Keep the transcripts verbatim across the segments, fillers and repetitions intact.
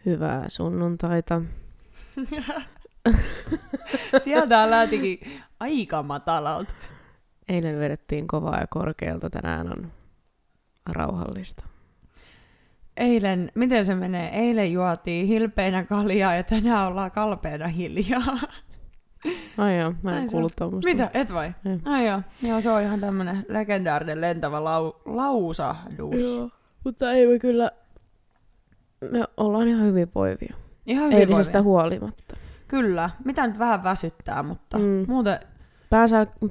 Hyvää sunnuntaita. Sieltä lähtikin aika matalalta. Eilen vedettiin kovaa ja korkealta, tänään on rauhallista. Eilen, miten se menee? Eilen juotiin hilpeinä kaljaa ja tänään ollaan kalpeena hiljaa. Ai joo, mä en kuullut tommoista. Mitä? Et vai? Ja. Ai joo. Joo, se on ihan tämmönen legendaarinen lentävä lau- lausahdus. Joo, mutta ei me kyllä, me ollaan ihan hyvinvoivia. Ihan hyvinvoivia. Eilisestä huolimatta. Kyllä. Mitä nyt vähän väsyttää, mutta Mm. muuten... Päänsärky...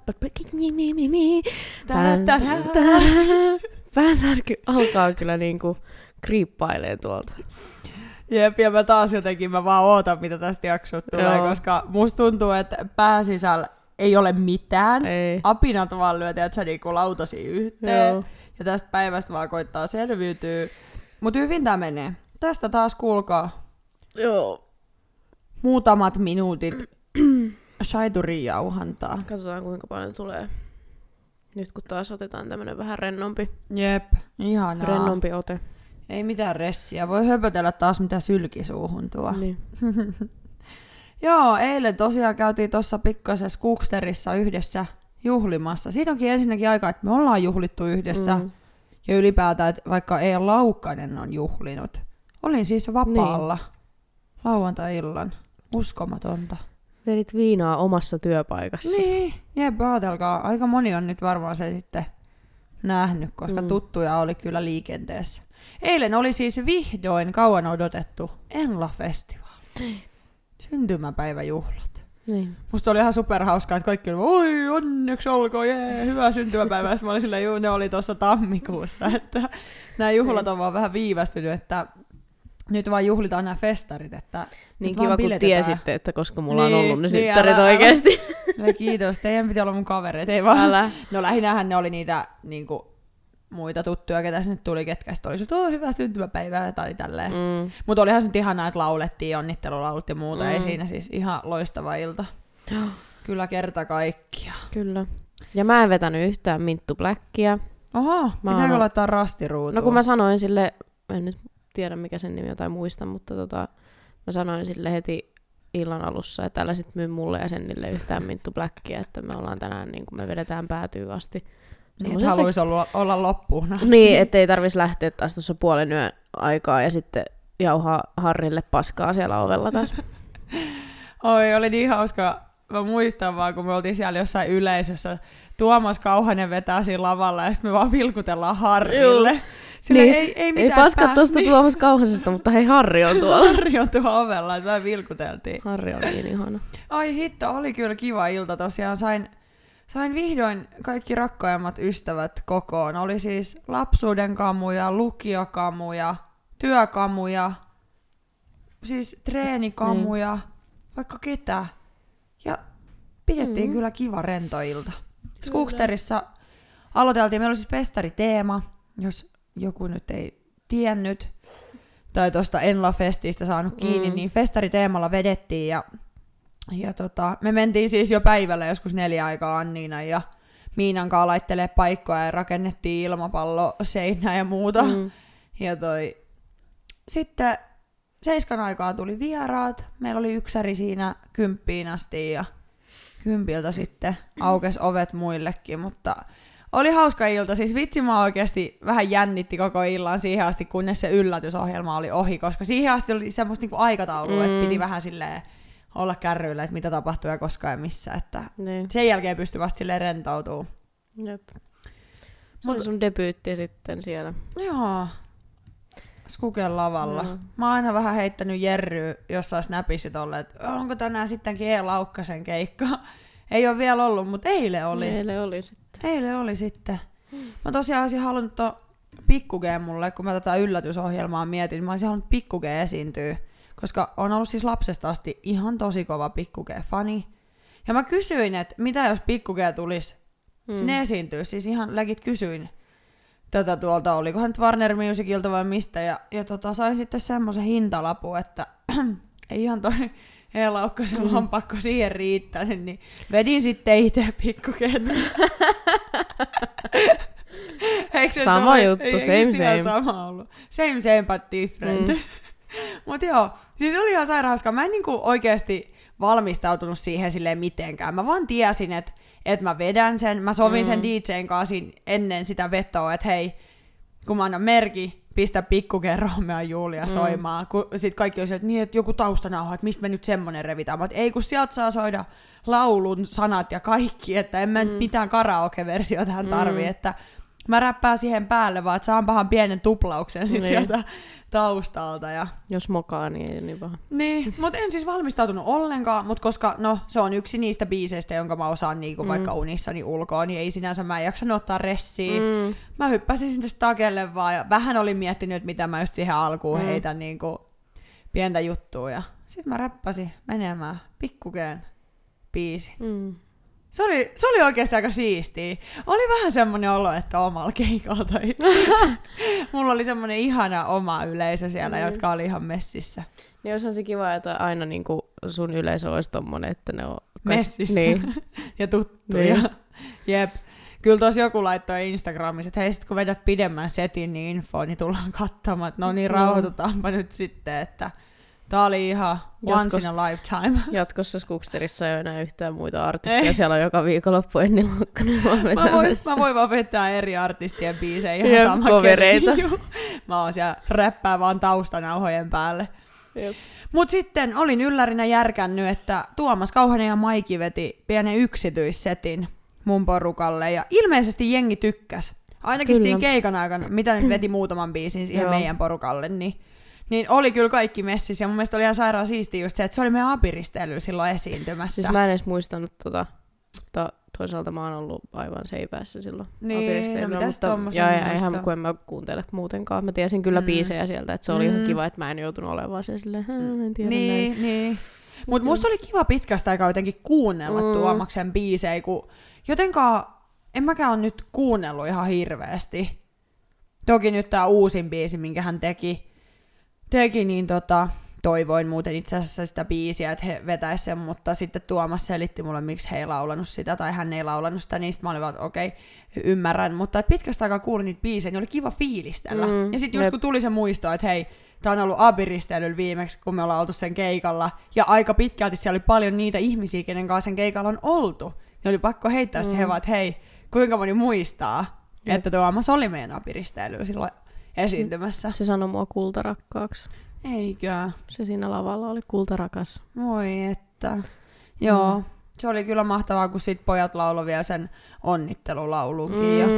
Päänsärky alkaa kyllä niinku kriippailee tuolta. Jep, ja mä taas jotenkin, mä vaan ootan, mitä tästä jaksosta tulee, Joo. koska musta tuntuu, että pääsisällä ei ole mitään. Ei. Apinat vaan lyöt, että sä niinku lautasi yhteen. Joo. Ja tästä päivästä vaan koittaa selviytyä. Mut hyvin tää menee. Tästä taas kuulkaa Joo. muutamat minuutit shaiturijauhantaa. Katsotaan kuinka paljon tulee. Nyt kun taas otetaan tämmönen vähän rennompi, Jep, ihanaa. rennompi ote. Ei mitään ressiä. Voi höpötellä taas mitä sylki suuhun tuo. Niin. Joo, eilen tosiaan käytiin tuossa pikkasessa Kuksterissa yhdessä juhlimassa. Siitä onkin ensinnäkin aika, että me ollaan juhlittu yhdessä. Mm. Ja ylipäätään, että vaikka Eija Laukkanen on juhlinut. Olin siis vapaalla niin. lauantai-illan. Uskomatonta. Vedit viinaa omassa työpaikassa. Niin, jep, ajatelkaa. Aika moni on nyt varmaan se sitten nähnyt, koska Mm. tuttuja oli kyllä liikenteessä. Eilen oli siis vihdoin kauan odotettu Enla-festivaali. Syntymäpäiväjuhlat. Niin. Musta oli ihan superhauskaa, että kaikki oli, oi onneksi olkoon, jee, hyvää syntymäpäivää. Sitten mä olin silleen, juu, ne oli tuossa tammikuussa, että nämä juhlat on vaan vähän viivästynyt, että nyt vaan juhlitaan nämä festarit, että Niin kiva, kun tiesitte, että koska mulla niin, on ollut ne niin, synttärit älä, oikeesti. Älä. Kiitos, teidän piti olla mun kavereet, ei vaan. Älä. No lähinnähän ne oli niitä niinku, muita tuttuja, ketä sinne tuli, ketkä sitten oli, että oh, hyvää syntymäpäivää tai tälleen. Mm. Mutta olihan se ihanaa, että laulettiin onnittelulaulut ja muuta, mm. ei siinä siis ihan loistava ilta. Kyllä kerta kaikkia. Kyllä. Ja mä en vetänyt yhtään Minttu Blackia. Oho, pitääkö laittaa rastiruutuun? No kun mä sanoin sille, en nyt tiedä mikä sen nimi on tai muista, mutta tota, mä sanoin sille heti illan alussa, että älä sit myy mulle ja Sennille yhtään Minttu Blackia, että me ollaan tänään niin kuin me vedetään päätyyn asti. Niin, että haluaisi olla, olla loppuun asti. Niin, ettei tarvitsisi lähteä taas tuossa puolen yön aikaa ja sitten jauhaa Harrille paskaa siellä ovella taas. Oi, oli niin hauskaa. Mä muistan vaan, kun me oltiin siellä jossain yleisössä. Tuomas Kauhanen vetää siinä lavalla ja sitten me vaan vilkutellaan Harrille. Sillä niin, ei, ei mitään ei paskat pää- tuosta Tuomas Kauhasesta, mutta hei, Harri on tuolla. Harri on tuolla ovella, että me vilkuteltiin. Harri on niin ihana. Ai hitto, oli kyllä kiva ilta tosiaan. Sain, sain vihdoin kaikki rakkaimmat ystävät kokoon. Oli siis lapsuuden kamuja, lukiokamuja, työkamuja, siis treenikamuja, mm. vaikka ketä. Ja pidettiin mm. kyllä kiva rento ilta. Skuksterissa aloiteltiin, meillä oli siis festariteema, jos joku nyt ei tiennyt, tai tuosta Enla-festistä saanut kiinni, mm. niin festariteemalla vedettiin, ja, ja tota, me mentiin siis jo päivällä joskus neljä aikaa Anniina ja Miinan kanssa laittelee paikkoja, ja rakennettiin ilmapallo, seinää ja muuta. Mm. Ja toi, sitten seiskan aikaan tuli vieraat, meillä oli yksäri siinä kymppiin asti, ja kympiltä sitten aukesi ovet muillekin, mutta oli hauska ilta. Siis vitsi, mä oikeasti vähän jännitti koko illan siihen asti, kunnes se yllätysohjelma oli ohi, koska siihen asti oli semmoista niinku aikataulua, mm. että piti vähän silleen olla kärryillä, että mitä tapahtuu ja koska ja missä. Että niin. Sen jälkeen pystyi vasta silleen rentoutumaan. Jep. Se Mut, oli sun debyytti sitten siellä. Joo. Skuken lavalla. Mm. Mä oon aina vähän heittänyt Jerryä jossain snapissa tolle, että onko tänään sittenkin Eija Laukkasen keikka. Ei ole vielä ollut, mutta eilen oli. Eilen oli sitten. Eilen oli sitten. Mm. Mä tosiaan olisin halunnut tuon Pikku G mulle, kun mä tätä yllätysohjelmaa mietin, mä olisin halunnut Pikku G esiintyä, koska on ollut siis lapsesta asti ihan tosi kova Pikku G-fani. Ja mä kysyin, että mitä jos Pikku G tulisi mm. sinne esiintyä, siis ihan legit kysyin tätä tuolta, olikohan nyt Warner Musicilta vai mistä, ja, ja tota, sain sitten semmoisen hintalapun, että ei ihan toi Eija Laukkasen mm. lompakko siihen riittänyt, niin vedin sitten itse Pikku G:tä. Sama tule? juttu, ei, same same. Sama ollut. Same same but different. Mm. Mut joo, siis oli ihan sairaan hauskaa. Mä en niinku oikeesti valmistautunut siihen silleen mitenkään. Mä vaan tiesin, että et mä vedän sen. Mä sovin mm. sen D J:n kanssa ennen sitä vetoa, että hei, kun mä annan merki, pistä pikkuken Romeo Julia mm. soimaan. Kun sit kaikki on että niin, että joku taustanauha, että mistä me nyt semmonen revitään. Mä, ei kun sieltä saa soida laulun sanat ja kaikki, että en mä mm. mitään karaoke-versiota tähän tarvii, mm. että mä räppään siihen päälle, vaan että saan pahan pienen tuplauksen sit niin. sieltä taustalta. Ja... Jos mokaa, niin ei niin vaan. Niin, mutta en siis valmistautunut ollenkaan, mutta koska no, se on yksi niistä biiseistä, jonka mä osaan niinku mm. vaikka unissani ulkoa, niin ei sinänsä mä en jaksanut ottaa ressiä. Mm. Mä hyppäsin sinne stakelle vaan ja vähän olin miettinyt, että mitä mä just siihen alkuun mm. heitän niinku pientä juttua. Ja sit mä räppäsin menemään pikkukeen biisi. Mm. Se oli, se oli oikeasti aika siistiä. Oli vähän semmoinen olo, että omalla keikalla tai mulla oli semmoinen ihana oma yleisö siellä, mm. jotka oli ihan messissä. Niin olisihan se kiva, että aina niin kuin sun yleisö olisi tommonen, että ne on... Messissä. Niin. Ja tuttuja. Niin. Jep. Kyllä tuossa joku laittoi Instagramissa, että hei sit kun vedät pidemmän setin, niin infoa, niin tullaan katsomaan. No niin, rauhoitutaanpa mm. nyt sitten, että... Tää oli ihan once Jatkos, in a lifetime. Jatkossa Skooksterissa ei ole enää yhtään muita artisteja. Ei. Siellä on joka viikonloppu Enni Lankkanen. Mä voin, mä voin vaan vetää eri artistien biisejä ihan sama kovereita. Mä oon siellä räppää vaan taustanauhojen päälle. Jep. Mut sitten olin yllärinä järkännyt, että Tuomas Kauhanen ja Maiki veti pienen yksityissetin mun porukalle. Ja ilmeisesti jengi tykkäs. Ainakin Kyllä. siinä keikan aikana, mitä nyt veti muutaman biisin siihen meidän porukalle, niin... Niin oli kyllä kaikki messissä, ja mun mielestä oli ihan sairaan siistiä just se, että se oli meidän apiristely silloin esiintymässä. Siis mä en edes muistanut tota, mutta toisaalta mä oon ollut aivan seipäässä silloin niin, apiristelyllä. No mutta ja, ja eihän kun en mä kuuntele muutenkaan. Mä tiesin kyllä mm. biisejä sieltä, että se oli mm. ihan kiva, että mä en joutunut olemaan sen silleen, en tiedä niin, näin. Niin. Mutta musta oli kiva pitkästä aikaa jotenkin kuunnella mm. Tuomaksen biisejä, kun jotenkaan en mäkään ole nyt kuunnellut ihan hirveästi. Toki nyt tää uusin biisi, minkä hän teki, teki niin tota, toivoin muuten itse asiassa sitä biisiä, että he vetäis sen, mutta sitten Tuomas selitti mulle, miksi he ei laulanut sitä, tai hän ei laulanut sitä, niin sitten mä olin vaan, että okei, okay, ymmärrän, mutta pitkästä aikaa kuulin niitä biisejä, niin oli kiva fiilistellä. Mm, ja sitten just kun tuli se muisto, että hei, tää on ollut abiristelyllä viimeksi, kun me ollaan oltu sen keikalla, ja aika pitkälti siellä oli paljon niitä ihmisiä, kenen kanssa sen keikalla on oltu, niin oli pakko heittää mm. siihen vaan, että hei, kuinka moni muistaa, Jep. että Tuomas oli meidän abiristelyllä silloin esiintymässä. Se sanoi mua kultarakkaaksi. Eikö? Se siinä lavalla oli kultarakas. Voi että. Joo. Mm. Se oli kyllä mahtavaa, kun sit pojat lauloi vielä sen onnittelulaulunkin. Mm. Ja,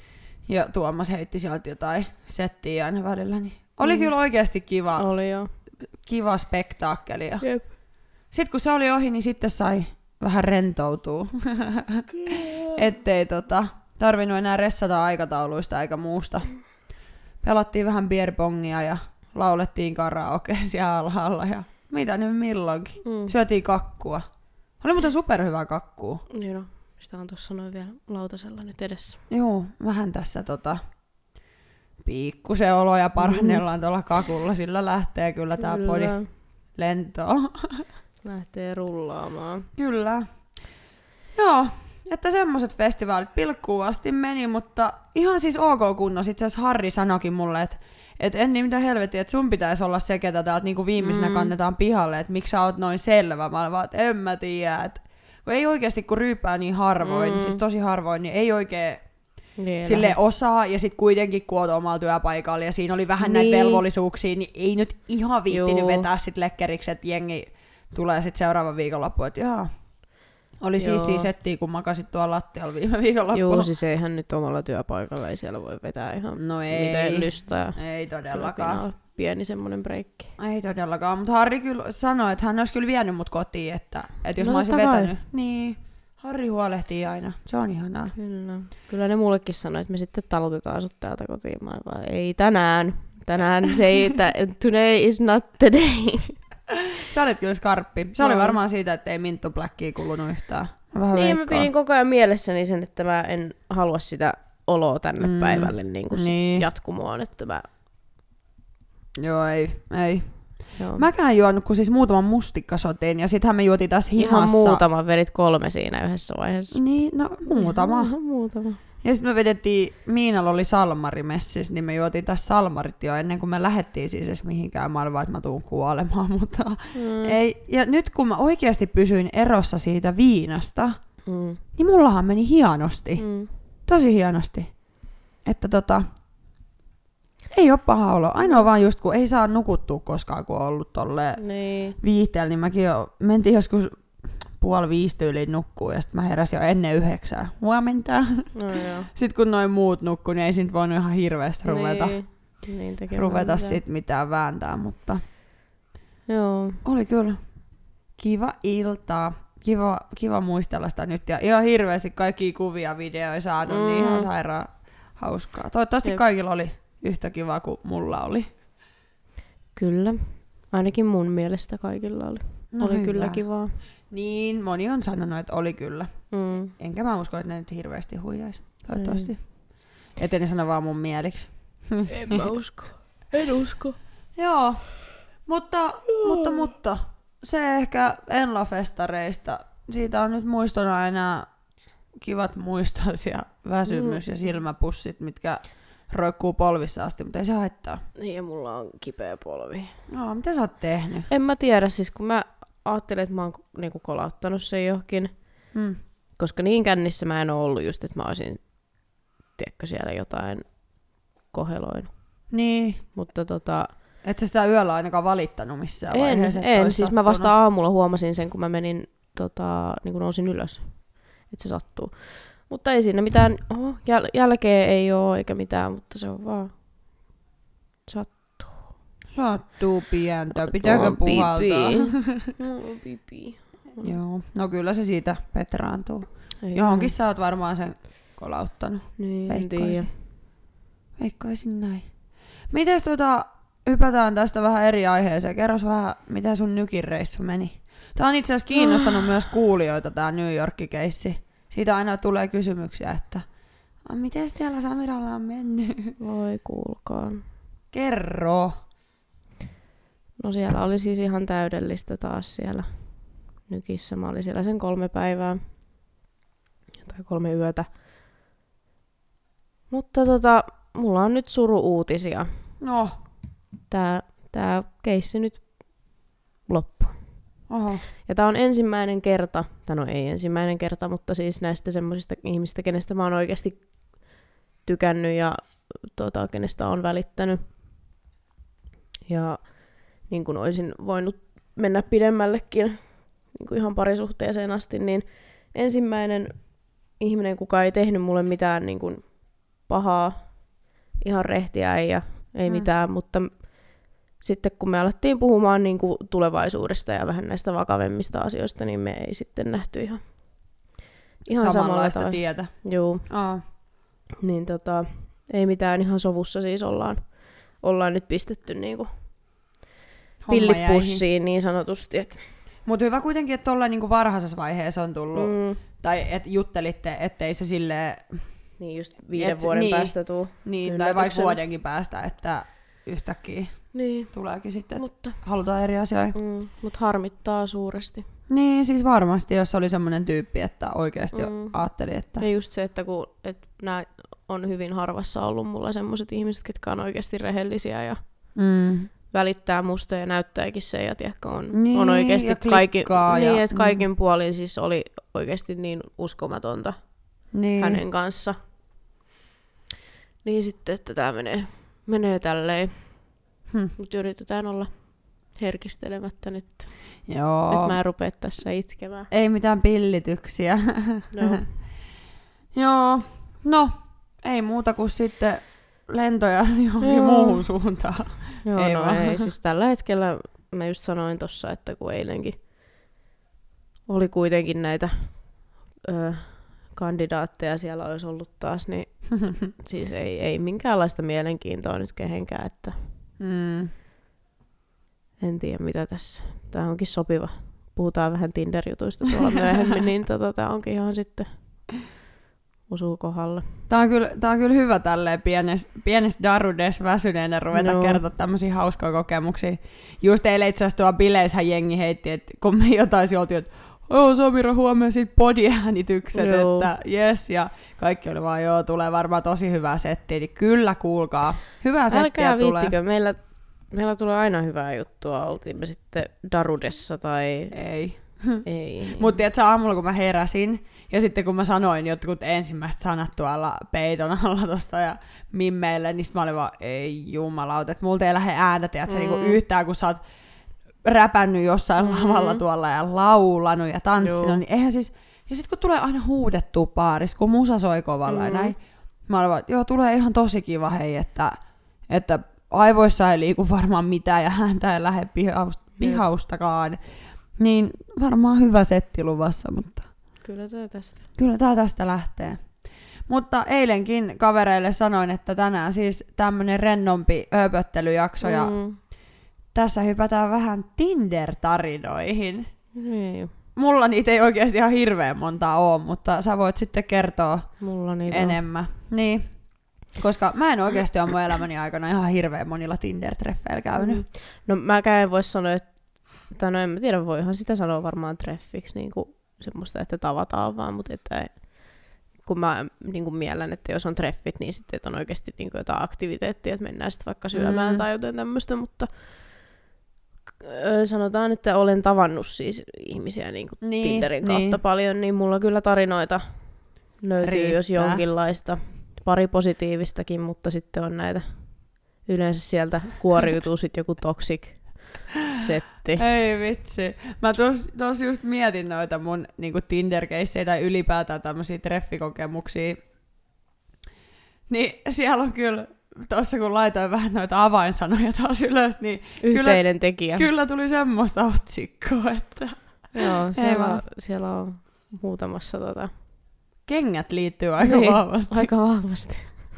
ja Tuomas heitti sieltä jotain settiä aina välillä. Niin oli mm. kyllä oikeasti kiva. Oli joo. Kiva spektaakkeli. Jep. Sitten kun se oli ohi, niin sitten sai vähän rentoutua. Ettei tota, tarvinnut enää ressata aikatauluista eikä muusta. Pelattiin vähän beerpongia ja laulettiin karaoke siellä alhaalla ja mitä nyt milloinkin. Mm. Syötiin kakkua. Oli muuten superhyvää kakkua. Niin no, sitä on tuossa noin vielä lautasella nyt edessä. Joo, vähän tässä tota piikkusen oloja parannellaan mm. tuolla kakulla. Sillä lähtee kyllä tää kyllä. podi lentoon. Lähtee rullaamaan. Kyllä. Joo. Että semmoset festivaalit pilkkuun asti meni, mutta ihan siis ok kunnossa. Itse asiassa Harri sanoikin mulle, että et en niin mitä helvettiä, että sun pitäisi olla se, ketä täältä niinku viimeisenä mm. kannetaan pihalle, että miksi sä oot noin selvä. Mä olen vaan, että en mä tiedä. Et, kun ei oikeasti, kun ryyppää niin harvoin, mm. siis tosi harvoin, niin ei oikein niin, sille osaa. Ja sit kuitenkin, kun oot omalla työpaikalla ja siinä oli vähän niin. näitä velvollisuuksia, niin ei nyt ihan viittinyt Juu. vetää sit lekkeriksi, että jengi tulee sit seuraavan viikonloppuun, että jaa. Oli Joo. siistiä settiä, kun makasit tuolla lattialla viime viikonloppuun. Joo, siis eihän nyt omalla työpaikalla, ei siellä voi vetää ihan no ei, miten lystää. Ei todellakaan. Pieni semmonen breikki. Ei todellakaan, mutta Harri kyllä sanoi, että hän olisi kyllä vienyt mut kotiin, että, että jos no, mä olisin vetänyt. Vai. Niin, Harri huolehtii aina, se on ihanaa. Kyllä, kyllä ne mullekin sanoi, että me sitten talutetaan sut täältä kotiin. Mä vaan, ei tänään, tänään se ei, today is not the day. Sä olet kyllä skarppi. Se no. oli varmaan siitä, että ei Minttu Blackia kulunut yhtään. Vähän niin, veikkoa. Mä pidin koko ajan mielessäni sen, että mä en halua sitä oloa tänne mm. päivälle niin kuin niin. jatkumoon. Että mä... Joo, ei. ei. Joo. Mäkään juonut, kun siis muutaman mustikkasotin, ja sittenhän me juotiin taas himassa. Ihan muutama, vedit kolme siinä yhdessä vaiheessa. Niin, no muutama. Ihan muutama. Ja sitten me vedettiin, Miinalla oli salmarimessis, niin me juotiin tässä salmarit jo ennen kuin me lähdettiin siis edes mihinkään. Mä olin vaan, että mä tuun kuolemaan, mutta mm. ei. Ja nyt kun mä oikeasti pysyin erossa siitä viinasta, mm. niin mullahan meni hienosti. Mm. Tosi hienosti. Että tota, ei oo paha olo. Ainoa vaan just kun ei saa nukuttua koskaan, kun on ollut tolleen niin. viihteellä, niin mäkin jo mentiin joskus puoli viisi tyyliin nukkuu ja sitten mä heräsin jo ennen yhdeksää. Huomenta. No, sitten kun noin muut nukkuu, niin ei siitä voinut ihan hirveästi ruveta, niin. Niin ruveta sit mitään vääntää, mutta joo. Oli kyllä kiva iltaa. Kiva, kiva muistella sitä nyt ja ihan hirveästi kaikkia kuvia, videoja saanut, mm. niin ihan sairaan hauskaa. Toivottavasti Jep. kaikilla oli yhtä kiva kuin mulla oli. Kyllä. Ainakin mun mielestä kaikilla oli. No oli hyvä. Kyllä kivaa. Niin, moni on sanonut, että oli kyllä. Mm. Enkä mä usko, että ne nyt hirveästi huijaisi. Toivottavasti. Mm. Ettei ne sano vaan mun mieliksi. En mä usko. En usko. Joo. Mutta, Joo. mutta, mutta. Se ehkä Enla-festareista. Siitä on nyt muistona enää kivat muistot ja väsymys mm. ja silmäpussit, mitkä roikkuu polvissa asti, mutta ei se haittaa. Niin, ja mulla on kipeä polvi. No, mitä sä oot tehnyt? En mä tiedä, siis kun mä ajattelin, että mä oon niinku kolauttanut sen johonkin, mm. koska niin kännissä mä en oo ollut just, että mä olisin, tiedätkö, siellä jotain koheloinut. Niin. Mutta tota... Et sä sitä yöllä ainakaan valittanut missään en, vaiheessa? En, en. Siis mä vasta aamulla huomasin sen, kun mä menin, tota, niin kun nousin ylös, että se sattuu. Mutta ei siinä mitään, oho, jäl- jälkeen ei oo eikä mitään, mutta se on vaan sattuu. Sattuu pientä, pitääkö puhaltaa? No pipi. Joo, no kyllä se siitä petraantuu. Ei Johonkin ole. Sä oot varmaan sen kolauttanut. Niin, veikkaisin. Veikkaisin näin. Mites tota, hypätään tästä vähän eri aiheeseen. Kerros vähän, miten sun nykireissu meni. Tää on itse asiassa kiinnostanut myös kuulijoita, tää New York-keissi. Siitä aina tulee kysymyksiä, että miten siellä Samiralla on mennyt? Voi kuulkaa. Kerro. No siellä oli siis ihan täydellistä taas siellä Nykissä. Mä olin siellä sen kolme päivää tai kolme yötä. Mutta tota, mulla on nyt suru-uutisia. No. Tää, tää keissi nyt loppu. Oho. Ja tää on ensimmäinen kerta, tai no ei ensimmäinen kerta, mutta siis näistä semmoisista ihmistä, kenestä mä oon oikeasti tykännyt ja tota, kenestä on välittänyt. Ja niin kuin olisin voinut mennä pidemmällekin niin kuin ihan parisuhteeseen asti, niin ensimmäinen ihminen, kuka ei tehnyt mulle mitään niin kuin pahaa, ihan rehtiä ei, ja ei mm. mitään, mutta sitten kun me alettiin puhumaan niin kuin tulevaisuudesta ja vähän näistä vakavemmista asioista, niin me ei sitten nähty ihan, ihan samanlaista tietä. Joo. Aa. Niin tota, ei mitään, ihan sovussa siis ollaan, ollaan nyt pistetty niin kuin pillit pussiin niin sanotusti. Et. Mutta hyvä kuitenkin, että tuolla niinku varhaisessa vaiheessa on tullut, mm. tai että juttelitte, ettei se silleen... Niin just viiden et, vuoden niin, päästä tuu. Niin, tai vaikka vuodenkin päästä, että yhtäkkiä niin. tuleekin sitten, mutta halutaan eri asioita. Mm, mutta harmittaa suuresti. Niin, siis varmasti, jos oli semmoinen tyyppi, että oikeasti mm. ajatteli, että... Ja just se, että kun et nämä on hyvin harvassa ollut mulla semmoiset ihmiset, ketkä on oikeasti rehellisiä ja mm. välittää musta ja näyttääkin se, ja tiedätkö, on, niin, on oikeasti kaikki, niin, että mm. kaikin puolin siis oli oikeasti niin uskomatonta niin. hänen kanssa. Niin sitten, että tämä menee, menee tälleen. Hm. Mutta yritetään olla herkistelemättä nyt. Joo. Nyt mä en rupea tässä itkemään. Ei mitään pillityksiä. No. Joo. No, ei muuta kuin sitten lentoja johonkin Joo. muuhun suuntaan. Joo, ei no vaan. ei. Siis tällä hetkellä mä just sanoin tossa, että kun eilenkin oli kuitenkin näitä ö, kandidaatteja siellä olisi ollut taas, niin siis ei, ei minkäänlaista mielenkiintoa nyt kehenkään, että mm. en tiedä mitä tässä. Tää onkin sopiva. Puhutaan vähän Tinder-jutuista tuolla myöhemmin, niin tota, tää onkin ihan sitten osuu kohdalle. Tää on kyllä, tää on kyllä hyvä tälleen pienes, pienes darudes väsyneenä ruveta no. kertoa tämmöisiä hauskoja kokemuksia. Just eilen itse asiassa tuolla bileissähän jengi heitti, että kun me jotain oltiin, että joo Samira huomenna sit podiäänitykset, Joo. että jes, ja kaikki oli vaan, joo, tulee varmaan tosi hyvä setti, niin kyllä kuulkaa, hyvää settiä Älkää tulee. viittikö, meillä, meillä tulee aina hyvää juttua, oltiin me sitten Darudessa tai Ei. ei. Mutta tiedätkö, aamulla kun mä heräsin, ja sitten kun mä sanoin jotkut ensimmäiset sanat tuolla peiton alla tosta ja mimmeille, niin sit mä olin vaan, ei jumalauta, että multa ei lähde ääntä, tiedätkö, mm. niinku yhtään, kun sä oot räpännyt jossain mm-hmm. lavalla tuolla ja laulanut ja tanssinut, Joo. niin eihän siis, ja sit kun tulee aina huudettua baarissa, kun musa soi kovalla mm-hmm. ja näin, mä olin vaan, joo, tulee ihan tosi kiva, hei, että, että aivoissa ei liiku varmaan mitään ja häntä ei lähde pihaust, pihaustakaan, niin varmaan hyvä setti luvassa, mutta Kyllä tää tästä. Kyllä tää tästä lähtee. Mutta eilenkin kavereille sanoin, että tänään siis tämmönen rennompi höpöttelyjakso ja Mm. tässä hypätään vähän Tinder-tarinoihin. Ei. Mulla niitä ei oikeasti ihan hirveän montaa oo, mutta sä voit sitten kertoa Mulla niitä enemmän. Niin. Koska mä en oikeasti ole mun elämäni aikana ihan hirveän monilla Tinder-treffeillä käynyt. Mm. No mäkään en voi sanoa, että, tai no en mä tiedä, voihan sitä sanoa varmaan treffiksi, niin kuin semmoista, että tavataan vaan, mutta että kun mä niin kuin miellän, että jos on treffit, niin sitten että on oikeasti niin kuin jotain aktiviteettia, että mennään sitten vaikka syömään mm. tai jotain tämmöistä, mutta sanotaan, että olen tavannut siis ihmisiä niin kuin Niin, Tinderin kautta niin. paljon, niin mulla kyllä tarinoita löytyy, Riittää. jos jonkinlaista. Pari positiivistakin, mutta sitten on näitä, yleensä sieltä kuoriutuu sitten joku toxic setti. Ei vitsi. Mä tos, tos just mietin noita mun niinku Tinder-keissejä tai ylipäätään tämmösiä treffikokemuksia. Niin siellä on kyllä, tossa kun laitoin vähän noita avainsanoja taas ylös, niin Yhteinen kyllä, tekijä. kyllä tuli semmoista otsikkoa, että Joo, siellä, vaan. siellä on muutamassa tota... kengät liittyy aika niin, vahvasti. Aika vahvasti.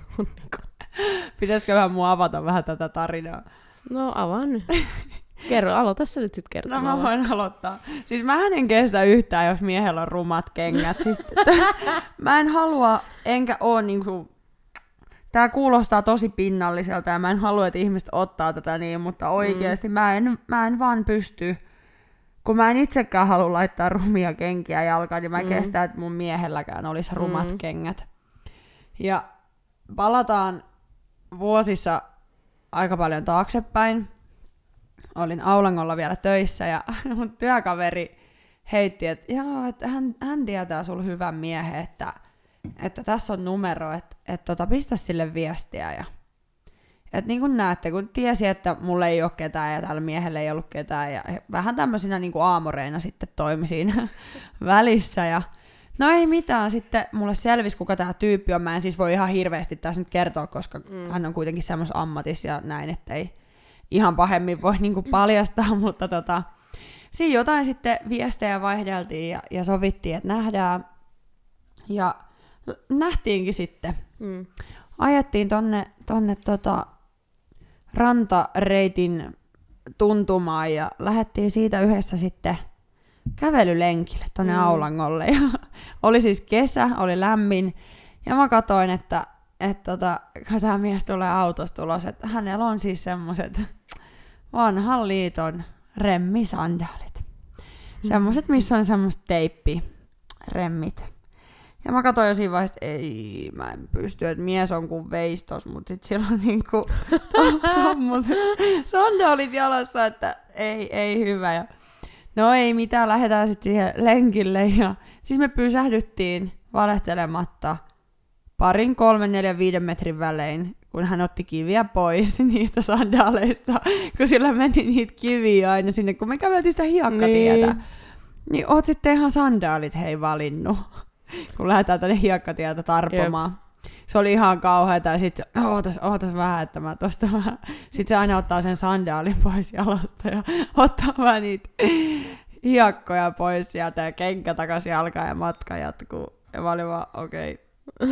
Pitäisikö vähän mun avata vähän tätä tarinaa? No avaa nyt. Kerro, aloita sä nyt sit No kertomaan. mä voin aloittaa. Siis mä en kestä yhtään, jos miehellä on rumat kengät. Siis t- mä en halua, enkä oo niinku... Tää kuulostaa tosi pinnalliselta ja mä en halua, että ihmiset ottaa tätä niin, mutta oikeesti mm. mä, en, mä en vaan pysty... Kun mä en itsekään halua laittaa rumia kenkiä jalkaan, niin mä en mm. kestä, että mun miehelläkään olisi rumat mm. kengät. Ja palataan vuosissa aika paljon taaksepäin. Olin Aulangolla vielä töissä ja mun työkaveri heitti, että joo, että hän, hän tietää sulle hyvän miehen, että, että tässä on numero, että, että tota, pistä sille viestiä. Ja, että niin kuin näette, kun tiesi, että mulla ei ole ketään ja tällä miehellä ei ollut ketään ja vähän tämmöisinä niin kuin aamoreina sitten toimi siinä välissä. Ja no ei mitään, sitten mulle selvisi, kuka tämä tyyppi on. Mä en siis voi ihan hirveästi tässä nyt kertoa, koska mm. hän on kuitenkin semmoisessa ammatissa ja näin, ettei ihan pahemmin voi niinku paljastaa, mutta tota, siinä jotain sitten viestejä vaihdeltiin ja, ja sovittiin, että nähdään. Ja nähtiinkin sitten. Mm. Ajettiin tonne, tonne tota rantareitin tuntumaan ja lähdettiin siitä yhdessä sitten kävelylenkille tonne mm. Aulangolle. Ja oli siis kesä, oli lämmin ja mä katsoin, että et tota, kun tämä mies tulee autosta ulos, että hänellä on siis semmoset vanhan liiton remmisandaalit. Mm. Semmoset, missä on semmoset teippiremmit. Ja mä katsoin jo siinä vaiheessa, että ei, mä en pysty, että mies on kuin veistos, mutta sit sillä on niinku to- tommoset sandaalit jalassa, että ei, ei hyvä. Ja no ei mitään, lähdetään sitten siihen lenkille ja siis me pysähdyttiin valehtelematta parin, kolmen, neljän, viiden metrin välein, kun hän otti kiviä pois niistä sandaaleista, kun sillä meni niitä kiviä aina sinne, kun me käveltiin sitä hiekkatietä. Niin, niin oot sitten ihan sandaalit hei valinnut, kun lähdetään tänne hiekkatietä tarpomaan. Jep. Se oli ihan kauheata ja sit se, ootas, ootas vähän, että mä tosta vähän. Sit se aina ottaa sen sandaalin pois jalasta ja ottaa vähän niitä hiekkoja pois sieltä ja kenkä takaisin jalkaan ja matka jatkuu. Ja mä olin vaan, okei. Okay.